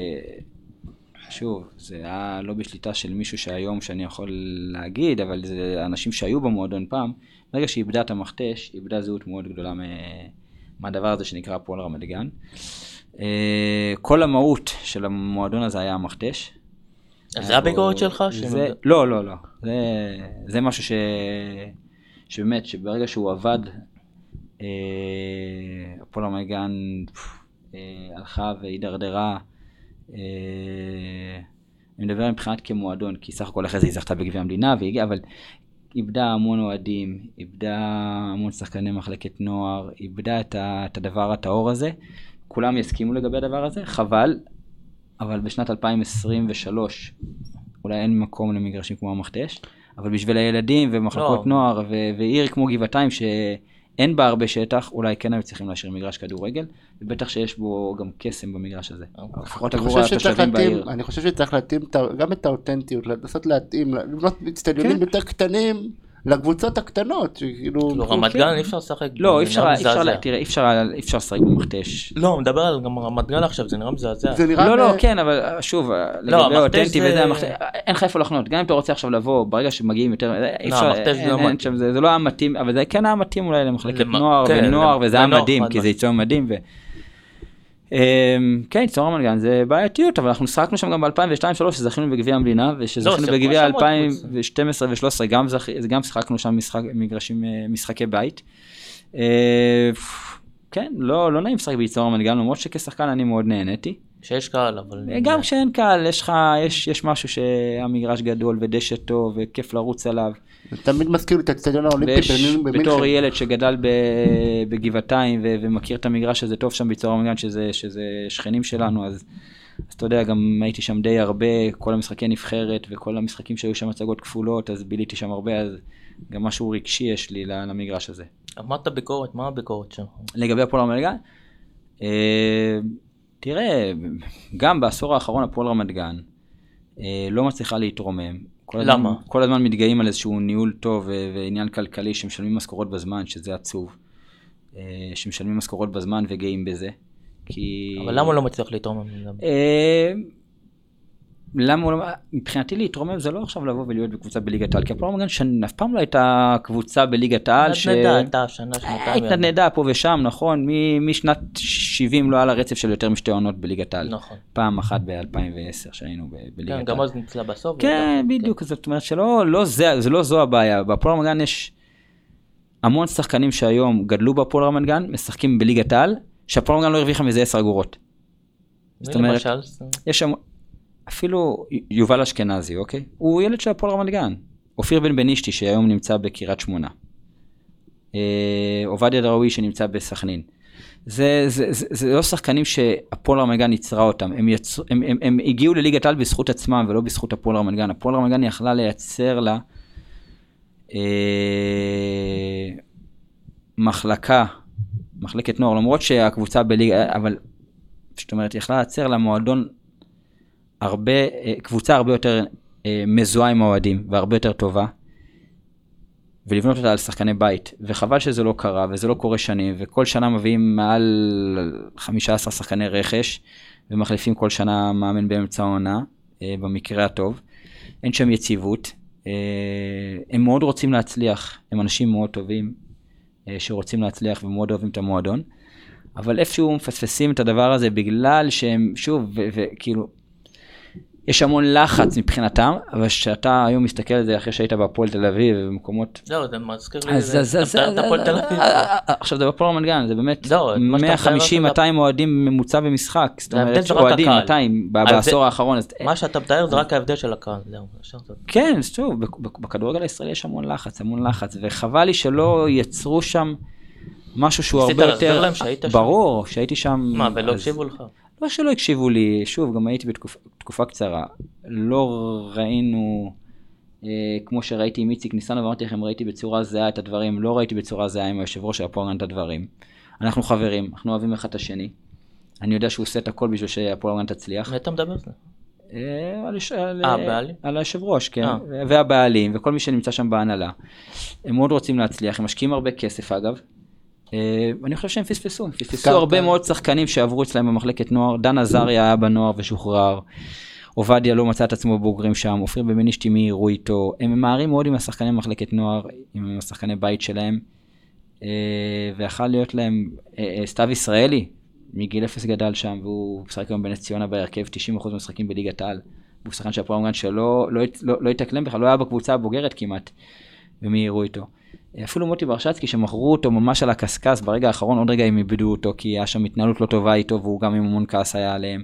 שוב, זה היה לא בשליטה של מישהו שהיום שאני יכול להגיד, אבל זה אנשים שהיו במועדון פעם, ברגע שאיבדה את המכתש, איבדה זהות מאוד גדולה מהדבר הזה שנקרא הפועל רמת גן. כל המהות של המועדון הזה היה המכתש. זה הביקורת שלך? לא. זה משהו שבאמת, שברגע שהוא עבד, הפועל רמת גן הלכה והידרדרה. אני מדבר מבחינת כמועדון, כי סך הכל אחרי זה היא זכתה בגביע המדינה והגיעה, אבל איבדה המון אוהדים, איבדה המון שחקני מחלקת נוער, איבדה את הדבר הטהור הזה. כולם יסכימו לגבי הדבר הזה, חבל, אבל בשנת 2023 אולי אין מקום למגרשים כמו המכתש, אבל בשביל הילדים ומחלקות נוער ועיר כמו גבעתיים שאין בה הרבה שטח, אולי כן היו צריכים להשאיר מגרש כדורגל, ובטח שיש בו גם קסם במגרש הזה. לפחות עבור התושבים בעיר. אני חושב שצריך להתאים גם את האותנטיות, לנסות להתאים, לבנות אצטדיונים יותר קטנים, לקבוצות הקטנות, לא, רמת גן אי אפשר לשחק. לא, אי אפשר לשחק במכתש. לא, מדבר על גם רמת גן עכשיו, זה נראה מזעזע. לא, כן, אבל שוב, לגבי האותנטי וזה, אין לך איפה לחנות, גם אם אתה רוצה עכשיו לבוא, ברגע שמגיעים יותר, זה לא היה מתאים, אבל זה כן היה מתאים אולי למחלקת נוער ונוער, וזה היה מדהים, כי זה ייצור מדהים. כן, צור רמת גן זה בעייתיות, אבל אנחנו שחקנו שם גם ב-2002-2003 שזכינו בגביע המדינה, ושזכינו בגביע 2012 ו-2013 גם שחקנו שם משחקי בית. כן, לא נעים לשחק בצור רמת גן, למרות שכשחקן אני מאוד נהניתי. שיש קהל, אבל... גם כשאין קהל, יש משהו שהמגרש גדול ודשא טוב וכיף לרוץ עליו. תמיד מזכיר את האצטדיון האולימפי במינכן. בתור ילד שגדל בגבעתיים ומכיר את המגרש הזה טוב שם בצור רמת גן, שזה שכנים שלנו, אז אתה יודע, גם הייתי שם די הרבה, כל המשחקי נבחרת וכל המשחקים שהיו שם הצגות כפולות, אז ביליתי שם הרבה, אז גם משהו רגשי יש לי למגרש הזה. אמרת ביקורת, מה הביקורת שם? לגבי הפועל רמת גן? תראה, גם בעשור האחרון הפועל רמת גן לא מצליחה להתרומם. למה? כל הזמן מתגאים על איזשהו ניהול טוב ועניין כלכלי שמשלמים משכורות בזמן, שזה עצוב. שמשלמים משכורות בזמן וגאים בזה. אבל למה הוא לא מצליח להתרומם? מבחינתי להתרומם זה לא עכשיו לבוא ולהיות בקבוצה בליגת העל, כי הפועל רמת גן אף פעם לא הייתה קבוצה בליגת העל התנדנדה פה ושם, נכון, משנת 70 לא היה לה רצף של יותר משתי עונות בליגת העל, פעם אחת ב-2010 שהיינו בליגת העל, גם אז נצלה בסוף, כן בדיוק, זאת אומרת שזה לא זו הבעיה, בפועל רמת גן יש המון שחקנים שהיום גדלו בפועל רמת גן, משחקים בליגת העל, שהפועל רמת גן לא הרוויחה מזה 10 אגורות, זאת אומרת, יש שם אפילו יובל אשכנזי, אוקיי? הוא ילד של הפועל רמת גן. אופיר בן בנישתי, שהיום נמצא בקריית שמונה. עובדיה דראווי, שנמצא בסכנין. זה לא שחקנים שהפועל רמת גן יצרה אותם. הם הגיעו לליגת העל בזכות עצמם, ולא בזכות הפועל רמת גן. הפועל רמת גן יכלה לייצר לה מחלקת נוער, למרות שהקבוצה בליגה, אבל זאת אומרת, יכלה לייצר לה מועדון קבוצה הרבה יותר מזוהה עם האוהדים והרבה יותר טובה, ולבנות אותה על שחקני בית, וחבל שזה לא קרה וזה לא קורה שנים, וכל שנה מביאים מעל 15 שחקני רכש ומחליפים כל שנה מאמן באמצע העונה, במקרה הטוב. אין שם יציבות, הם מאוד רוצים להצליח, הם אנשים מאוד טובים שרוצים להצליח ומאוד אוהבים את המועדון, אבל איפשהו מפספסים את הדבר הזה בגלל שהם שוב וכאילו יש המון לחץ מבחינתם, אבל שאתה היום מסתכל על זה אחרי שהיית בהפועל תל אביב ובמקומות... לא, זה מזכיר לי... אתה הפועל תל אביב. עכשיו זה בהפועל רמת גן, זה באמת 150-200 אוהדים ממוצע במשחק, זאת אומרת אוהדים 200 בעשור האחרון. מה שאתה מתאר זה רק ההבדל של הקהל, זהו. כן, טוב, בכדורגל הישראלי יש המון לחץ, וחבל לי שלא יצרו שם משהו שהוא הרבה יותר... ניסית להסביר להם שהיית שם? ברור, שהייתי שם... מה, ולא הקשיבו לך? לא שלא הקשיבו לי, שוב, גם הייתי בתקופה קצרה, לא ראינו כמו שראיתי עם איציק ניסנו, ואמרתי לכם, ראיתי בצורה זהה את הדברים, לא ראיתי בצורה זהה עם היושב ראש של הפועל רמת גן את הדברים. אנחנו חברים, אנחנו אוהבים אחד את השני. אני יודע שהוא עושה את הכל בשביל שהפועל רמת גן תצליח. ואתה מדבר על זה? על היושב ראש, כן, והבעלים, וכל מי שנמצא שם בהנהלה. הם מאוד רוצים להצליח, הם משקיעים הרבה כסף אגב. אני חושב שהם פספסו הרבה מאוד שחקנים שעברו אצלהם במחלקת נוער. דן עזריה היה בנוער ושוחרר. עובדיה לא מצא את עצמו בוגרים שם, אופיר במינישתי מי יראו איתו, הם ממהרים מאוד עם השחקני מחלקת נוער, עם השחקני בית שלהם, ויכל להיות להם, סתיו ישראלי, מגיל 0 גדל שם, והוא משחק היום בנס ציונה בהרכב, 90% משחקים בליגת העל, הוא שחקן של הפועל רמת גן שלא לא התאקלם בכלל, לא היה בקבוצה הבוגרת כמעט, ומי יראו איתו. אפילו מוטי ברשצקי שמכרו אותו ממש על הקסקס, ברגע האחרון עוד רגע הם איבדו אותו, כי היה שם התנהלות לא טובה איתו, והוא גם עם המון כעס היה עליהם.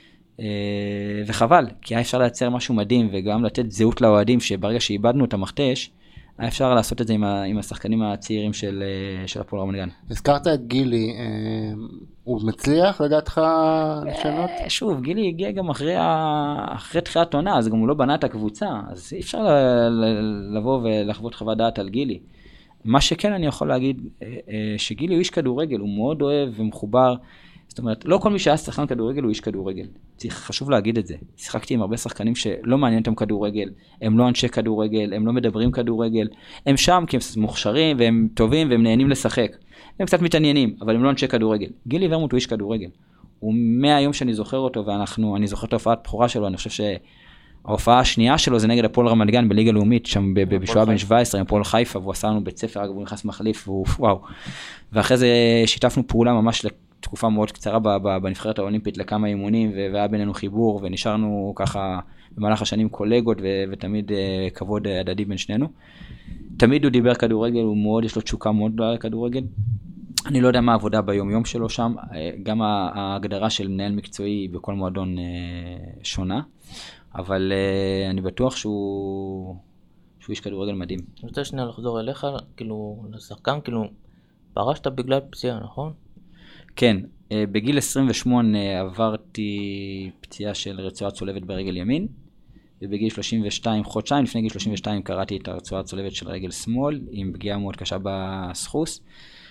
וחבל, כי היה אפשר לייצר משהו מדהים, וגם לתת זהות לאוהדים, שברגע שאיבדנו את המכתש, היה אפשר לעשות את זה עם השחקנים הצעירים של הפועל רמת גן. הזכרת את גילי, הוא מצליח לדעתך לשנות? שוב, גילי הגיע גם אחרי תחילת עונה, אז גם הוא לא בנה את הקבוצה, אז אי אפשר לבוא ולחוות חוות דעת על גילי. מה שכן אני יכול להגיד, שגילי הוא איש כדורגל, הוא מאוד אוהב ומחובר, זאת אומרת, לא כל מי שהיה שחקן כדורגל הוא איש כדורגל. חשוב להגיד את זה. שיחקתי עם הרבה שחקנים שלא מעניין אותם כדורגל, הם לא אנשי כדורגל, הם לא מדברים כדורגל, הם שם כי הם מוכשרים והם טובים והם נהנים לשחק. הם קצת מתעניינים, אבל הם לא אנשי כדורגל. גילי ורמוט הוא איש כדורגל. הוא מהיום שאני זוכר אותו, אני זוכר את ההופעת הבכורה שלו, אני חושב שההופעה השנייה שלו זה נגד הפועל רמת גן בליגה לאומית, שם בשואה בן 17, עם הפועל חיפה, והוא עשה לנו בית ספר, הוא נכנס מחליף, וואו. ואחרי זה שיתפנו פעולה ממש תקופה מאוד קצרה בנבחרת האולימפית לכמה אימונים, והיה בינינו חיבור, ונשארנו ככה במהלך השנים קולגות, ותמיד כבוד הדדי בין שנינו. תמיד הוא דיבר כדורגל, הוא מאוד, יש לו תשוקה מאוד גדולה לכדורגל. אני לא יודע מה העבודה ביום יום שלו שם, גם ההגדרה של מנהל מקצועי בכל מועדון שונה, אבל אני בטוח שהוא איש כדורגל מדהים. אני רוצה שנייה לחזור אליך, כאילו, לשחקן, כאילו, פרשת בגלל פציעה, נכון? כן, בגיל 28 עברתי פציעה של רצועה צולבת ברגל ימין, ובגיל 32, חודשיים לפני גיל 32 קראתי את הרצועה הצולבת של רגל שמאל, עם פגיעה מאוד קשה בסחוס,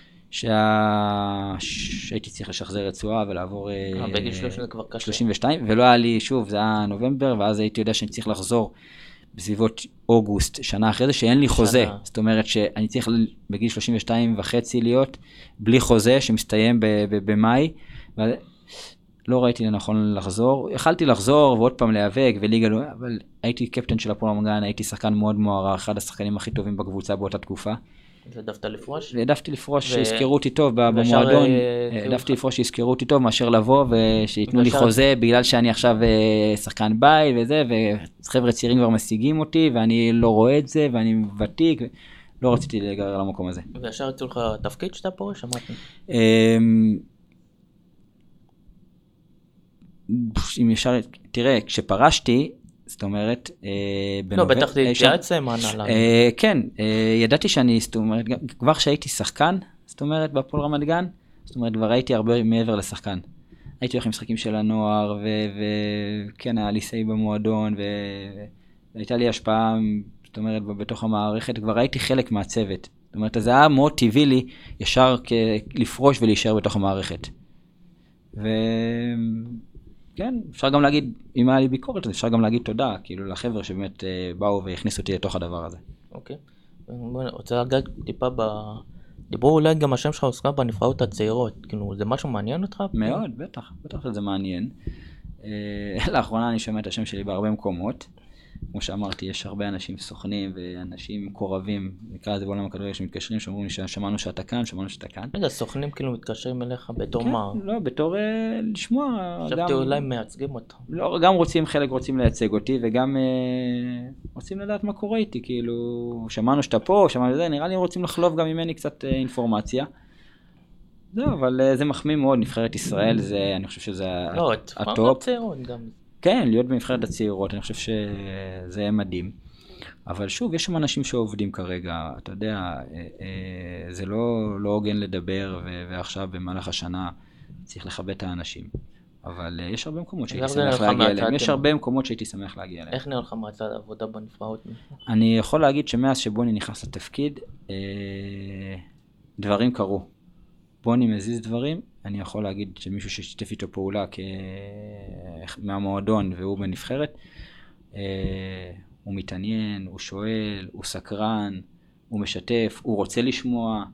שהייתי צריך לשחזר רצועה ולעבור... בגיל 30 זה כבר קשה. 32, ולא היה לי, שוב, זה היה נובמבר, ואז הייתי יודע שאני צריך לחזור בסביבות אוגוסט, שנה אחרי זה, שאין לי חוזה. זאת אומרת שאני צריך בגיל 32 וחצי להיות בלי חוזה שמסתיים במאי, ולא ראיתי לנכון לחזור. יכלתי לחזור ועוד פעם להיאבק וליגה, אבל הייתי קפטן של הפועל רמת גן, הייתי שחקן מאוד מוערך, אחד השחקנים הכי טובים בקבוצה באותה תקופה. העדפת לפרוש? העדפתי לפרוש שיזכרו אותי טוב במועדון, העדפתי לפרוש שיזכרו אותי טוב מאשר לבוא ושיתנו לי חוזה בגלל שאני עכשיו שחקן בית וזה, וחבר'ה צעירים כבר משיגים אותי ואני לא רואה את זה ואני ותיק, לא רציתי לגרר למקום הזה. וישר יצאו לך תפקיד שאתה פורש? שמעתי. אם ישר, תראה, כשפרשתי, זאת אומרת, לא, בטח תתייעץ עם ההנהלה. כן, ידעתי שאני, זאת אומרת, כבר שהייתי שחקן, זאת אומרת, בהפועל רמת גן, זאת אומרת, כבר הייתי הרבה מעבר לשחקן. הייתי הולך עם משחקים של הנוער, וכן, היה לי סי במועדון, והייתה לי השפעה, זאת אומרת, בתוך המערכת, כבר הייתי חלק מהצוות. זאת אומרת, זה היה מאוד טבעי לי, ישר לפרוש ולהישאר בתוך המערכת. כן, אפשר גם להגיד, אם היה לי ביקורת, אז אפשר גם להגיד תודה, כאילו, לחבר'ה שבאמת באו והכניסו אותי לתוך הדבר הזה. אוקיי. אני רוצה לגעת טיפה דיברו אולי גם השם שלך עוסקה בנבחרות הצעירות, כאילו, זה משהו מעניין אותך? מאוד, בטח שזה מעניין. לאחרונה אני שומע את השם שלי בהרבה מקומות. כמו שאמרתי, יש הרבה אנשים סוכנים ואנשים קורבים, נקרא לזה בעולם הכדורגל שמתקשרים, שאומרים לי ששמענו שאתה כאן, שמענו שאתה כאן. רגע, סוכנים כאילו מתקשרים אליך בתור מה? כן, לא, בתור לשמוע. חשבתי אולי מייצגים אותך. לא, גם חלק רוצים לייצג אותי, וגם רוצים לדעת מה קורה איתי, כאילו, שמענו שאתה פה, שמענו זה, נראה לי רוצים לחלוב גם ממני קצת אינפורמציה. לא, אבל זה מחמיא מאוד, נבחרת ישראל, אני חושב שזה הטופ. לא, הצעירות גם. כן, להיות בנבחרת הצעירות, אני חושב שזה מדהים. אבל שוב, יש שם אנשים שעובדים כרגע, אתה יודע, זה לא הוגן לדבר, ועכשיו במהלך השנה צריך לכבד את האנשים. אבל יש הרבה מקומות שהייתי איך זה שמח נראה לך להגיע מהצד, אליהם. יש כאילו? הרבה מקומות שהייתי שמח להגיע אליהם. איך נראה לך מהצד העבודה בנבחרות? אני יכול להגיד שמאז שבוני נכנס לתפקיד, דברים קרו. בוני מזיז דברים, אני יכול להגיד שמישהו ששיתף איתו פעולה מהמועדון והוא בנבחרת, הוא מתעניין, הוא שואל, הוא סקרן, הוא משתף, הוא רוצה לשמוע,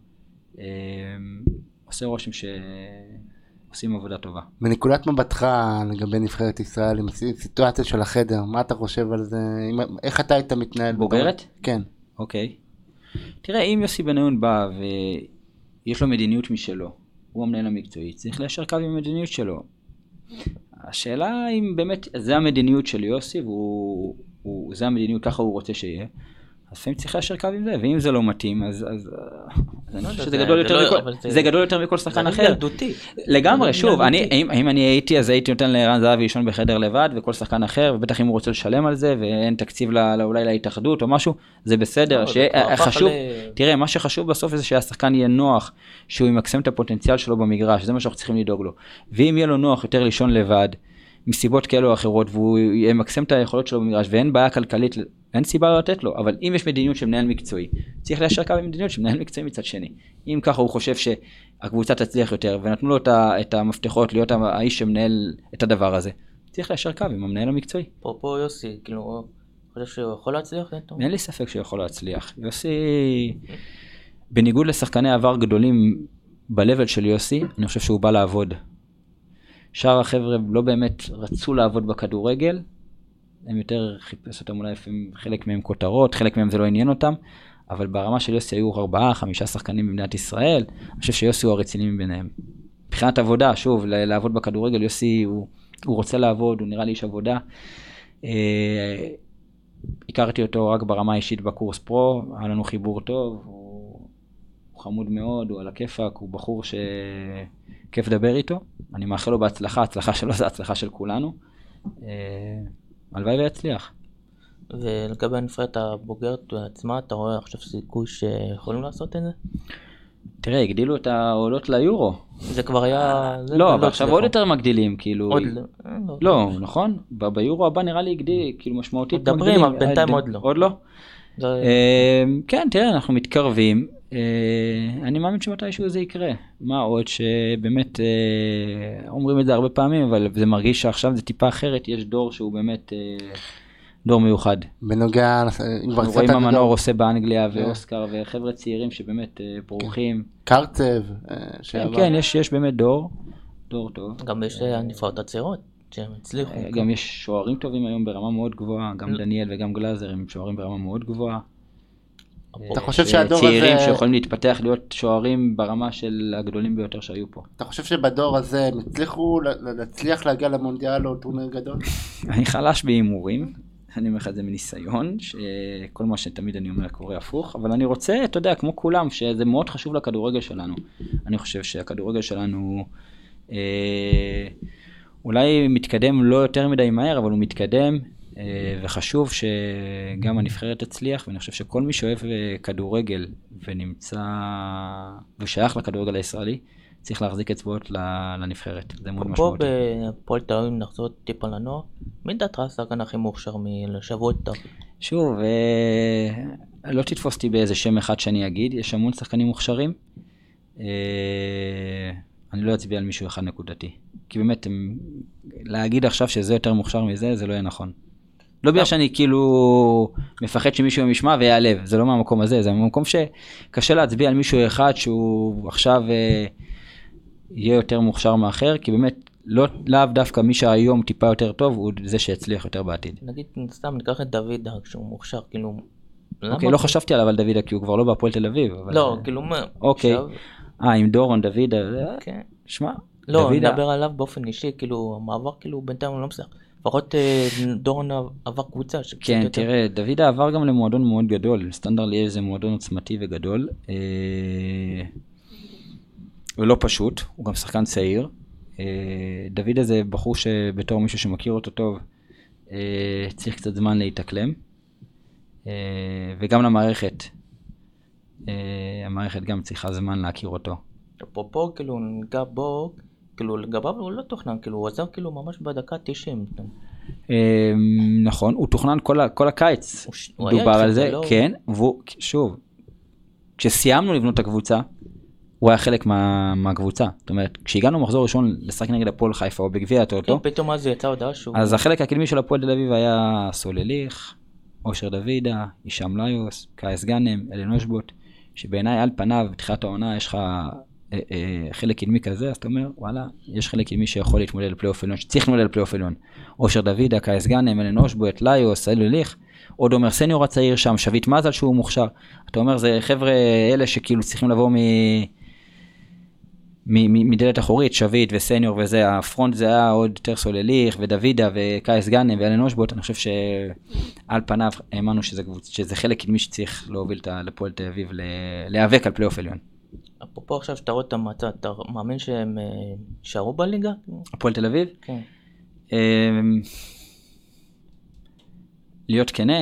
עושה רושם שעושים עבודה טובה. בנקודת מבטך לגבי נבחרת ישראל, עם הסיטואציה של החדר, מה אתה חושב על זה? איך אתה היית מתנהל? בוגרת? כן. אוקיי. תראה, אם יוסי בניון בא ויש לו מדיניות משלו, הוא המנהל המקצועי, צריך ליישר קו עם המדיניות שלו. השאלה אם באמת זה המדיניות של יוסי, זה המדיניות, ככה הוא רוצה שיהיה, אז לפעמים צריך ליישר קו עם זה, ואם זה לא מתאים, אז אני חושב שזה גדול יותר מכל שחקן אחר. זה ילדותי. לגמרי, שוב, אם אני הייתי, אז הייתי נותן לערן זהבי לישון בחדר לבד, וכל שחקן אחר, ובטח אם הוא רוצה לשלם על זה, ואין תקציב אולי להתאחדות או משהו, זה בסדר. תראה, מה שחשוב בסוף זה שהשחקן יהיה נוח, שהוא ימקסם את הפוטנציאל שלו במגרש, זה מה שאנחנו צריכים לדאוג לו. ואם יהיה לו נוח יותר לישון לבד, מסיבות כאלו או אחרות, והוא ימקסם את היכולות שלו במגרש, ואין בעיה כלכלית, אין סיבה לא לתת לו, אבל אם יש מדיניות של מנהל מקצועי, צריך ליישר קו עם מדיניות של מנהל מקצועי מצד שני. אם ככה הוא חושב שהקבוצה תצליח יותר, ונתנו לו את המפתחות להיות האיש שמנהל את הדבר הזה, צריך ליישר קו עם המנהל המקצועי. פה יוסי, כאילו, חושב שהוא יכול להצליח? אין לי ספק שהוא יכול להצליח. יוסי, בניגוד לשחקני עבר גדולים בלבל של יוסי, אני חושב שהוא בא לעבוד. שאר החבר'ה לא באמת רצו לעבוד בכדורגל, הם יותר חיפש אותם אולי חלק מהם כותרות, חלק מהם זה לא עניין אותם, אבל ברמה של יוסי היו 4-5 שחקנים במדינת ישראל, אני חושב שיוסי הוא הרציני מביניהם. מבחינת עבודה, שוב, לעבוד בכדורגל, יוסי הוא רוצה לעבוד, הוא נראה לי איש עבודה. הכרתי אותו רק ברמה האישית בקורס פרו, היה לנו חיבור טוב, הוא חמוד מאוד, הוא על הכיפק, הוא בחור שכיף לדבר איתו, אני מאחל לו בהצלחה, הצלחה שלו זה הצלחה של כולנו. הלוואי ויצליח. ולגבי הנבחרת הבוגרת עצמה, אתה רואה עכשיו סיכוי שיכולים לעשות את זה? תראה, הגדילו את העולות ליורו. זה כבר היה... לא, אבל עכשיו עוד יותר מגדילים, כאילו... עוד לא. לא, נכון? ביורו הבא נראה לי הגדיל, כאילו משמעותית מגדילים. מדברים, אבל בינתיים עוד לא. עוד לא? כן, תראה, אנחנו מתקרבים. אני מאמין שמתישהו זה יקרה. מה עוד שבאמת אומרים את זה הרבה פעמים, אבל זה מרגיש שעכשיו זה טיפה אחרת, יש דור שהוא באמת דור מיוחד. בנוגע... אנחנו רואים מה מנור עושה באנגליה ואוסקר וחבר'ה צעירים שבאמת פורחים. קרצב. כן, יש באמת דור טוב. גם יש הנבחרות הצעירות שהם הצליחו. גם יש שוערים טובים היום ברמה מאוד גבוהה, גם דניאל וגם גלאזר הם שוערים ברמה מאוד גבוהה. אתה חושב שהדור הזה... צעירים שיכולים להתפתח להיות שוערים ברמה של הגדולים ביותר שהיו פה. אתה חושב שבדור הזה הם הצליחו להצליח להגיע למונדיאל או טורניר גדול? אני חלש בהימורים, אני אומר לך את זה מניסיון, שכל מה שתמיד אני אומר קורה הפוך, אבל אני רוצה, אתה יודע, כמו כולם, שזה מאוד חשוב לכדורגל שלנו. אני חושב שהכדורגל שלנו אולי מתקדם לא יותר מדי מהר, אבל הוא מתקדם, וחשוב שגם הנבחרת תצליח, ואני חושב שכל מי שאוהב כדורגל ונמצא ושייך לכדורגל הישראלי, צריך להחזיק אצבעות לנבחרת, זה מאוד משמעותי. פה בפועל תל אביב נחזור טיפה לנוער, מי דעתך השחקן הכי מוכשר מלשוות טוב? שוב, לא תתפוס אותי באיזה שם אחד שאני אגיד, יש המון שחקנים מוכשרים, אני לא אצביע על מישהו אחד נקודתי, כי באמת להגיד עכשיו שזה יותר מוכשר מזה, זה לא יהיה נכון. לא בגלל שאני כאילו מפחד שמישהו ישמע ויעלב, זה לא מהמקום הזה, זה מהמקום שקשה להצביע על מישהו אחד שהוא עכשיו יהיה יותר מוכשר מאחר, כי באמת לאו דווקא מי שהיום טיפה יותר טוב, הוא זה שיצליח יותר בעתיד. נגיד, סתם ניקח את דוד שהוא מוכשר, כאילו... אוקיי, לא חשבתי עליו על דוד, כי הוא כבר לא בהפועל תל אביב. לא, כאילו מה... אוקיי, עם דורון, דוד, שמע, לא, נדבר עליו באופן אישי, כאילו, המעבר כאילו בינתיים הוא לא מסך. לפחות דורון עבר קבוצה. כן, תראה, דוד עבר גם למועדון מאוד גדול, סטנדרט ליאז' זה מועדון עוצמתי וגדול, הוא לא פשוט, הוא גם שחקן צעיר, דוד הזה בחור שבתור מישהו שמכיר אותו טוב, צריך קצת זמן להתאקלם, וגם למערכת, המערכת גם צריכה זמן להכיר אותו. אפרופו, כאילו, ניגע בו, כאילו לגביו הוא לא תוכנן, כאילו הוא עזר כאילו ממש בדקה 90. נכון, הוא תוכנן כל הקיץ, הוא היה דובר על אצל זה, לא- כן, והוא, שוב, כשסיימנו לבנות את הקבוצה, הוא היה חלק מהקבוצה, זאת אומרת, כשהגענו מחזור ראשון לשחק נגד הפועל חיפה או בגביע הטוטו, כן, פתאום אז יצא הודעה שהוא... אז החלק הקדמי של הפועל תל אביב היה סולליך, אושר דוידה, הישאם ליוס, קייס גאנם, אלן אושבוט, שבעיניי על פניו, בתחילת העונה יש לך חלק קדמי כזה, אז אתה אומר, וואלה, יש חלק קדמי שיכול להתמודד לפלייאוף עליון, שצריך להתמודד לפלייאוף עליון. אושר דוידה, קייס גאנם, אלן אושבוט, ליוס, סולליך, עוד אומר סניור הצעיר שם, שביט מזל שהוא מוכשר. אתה אומר, זה חבר'ה אלה שכאילו צריכים לבוא מדלת אחורית, שביט וסניור וזה, הפרונט זה היה עוד יותר סולליך, ודוידה וקייס גאנם ואלן אושבוט, אני חושב שעל פניו האמנו שזה חלק קדמי שצריך להוביל לפועל תל אביב להיאבק על פלייאוף עליון. אפרופו עכשיו שאתה רואה את המצב, אתה מאמין שהם יישארו בליגה? הפועל תל אביב? כן. להיות כנה,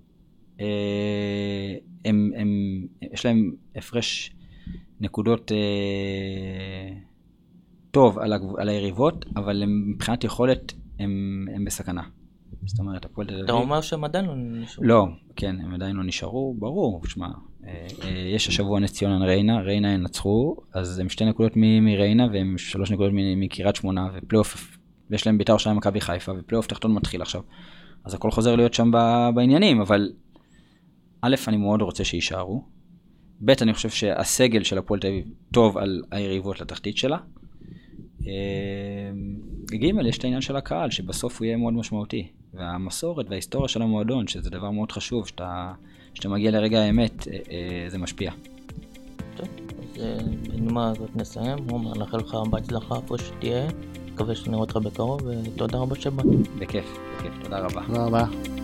יש להם הפרש נקודות טוב על היריבות, אבל מבחינת יכולת הם בסכנה. זאת אומרת, הפועל תל אביב... אתה אומר שהם עדיין לא נשארו? לא, כן, הם עדיין לא נשארו, ברור, שמע, יש השבוע נס ציונה ריינה ינצחו, אז הם 2 נקודות מריינה, והם 3 נקודות מקריית שמונה, ופלייאוף, ויש להם בית"ר ירושלים מכבי חיפה, ופלייאוף תחתון מתחיל עכשיו. אז הכל חוזר להיות שם בעניינים, אבל א', אני מאוד רוצה שישארו. ב', אני חושב שהסגל של הפועל תל אביב טוב על היריבות לתחתית שלה. ג', יש את העניין של הקהל, שבסוף הוא יהיה מאוד משמעותי. והמסורת וההיסטוריה של המועדון, שזה דבר מאוד חשוב, שאתה מגיע לרגע האמת, זה משפיע. טוב, אז בנימה הזאת נסיים. עומר, נאחל לך בהצלחה איפה שתהיה. מקווה שנראה אותך בקרוב, ותודה רבה שבאת. בכיף, תודה רבה. תודה רבה.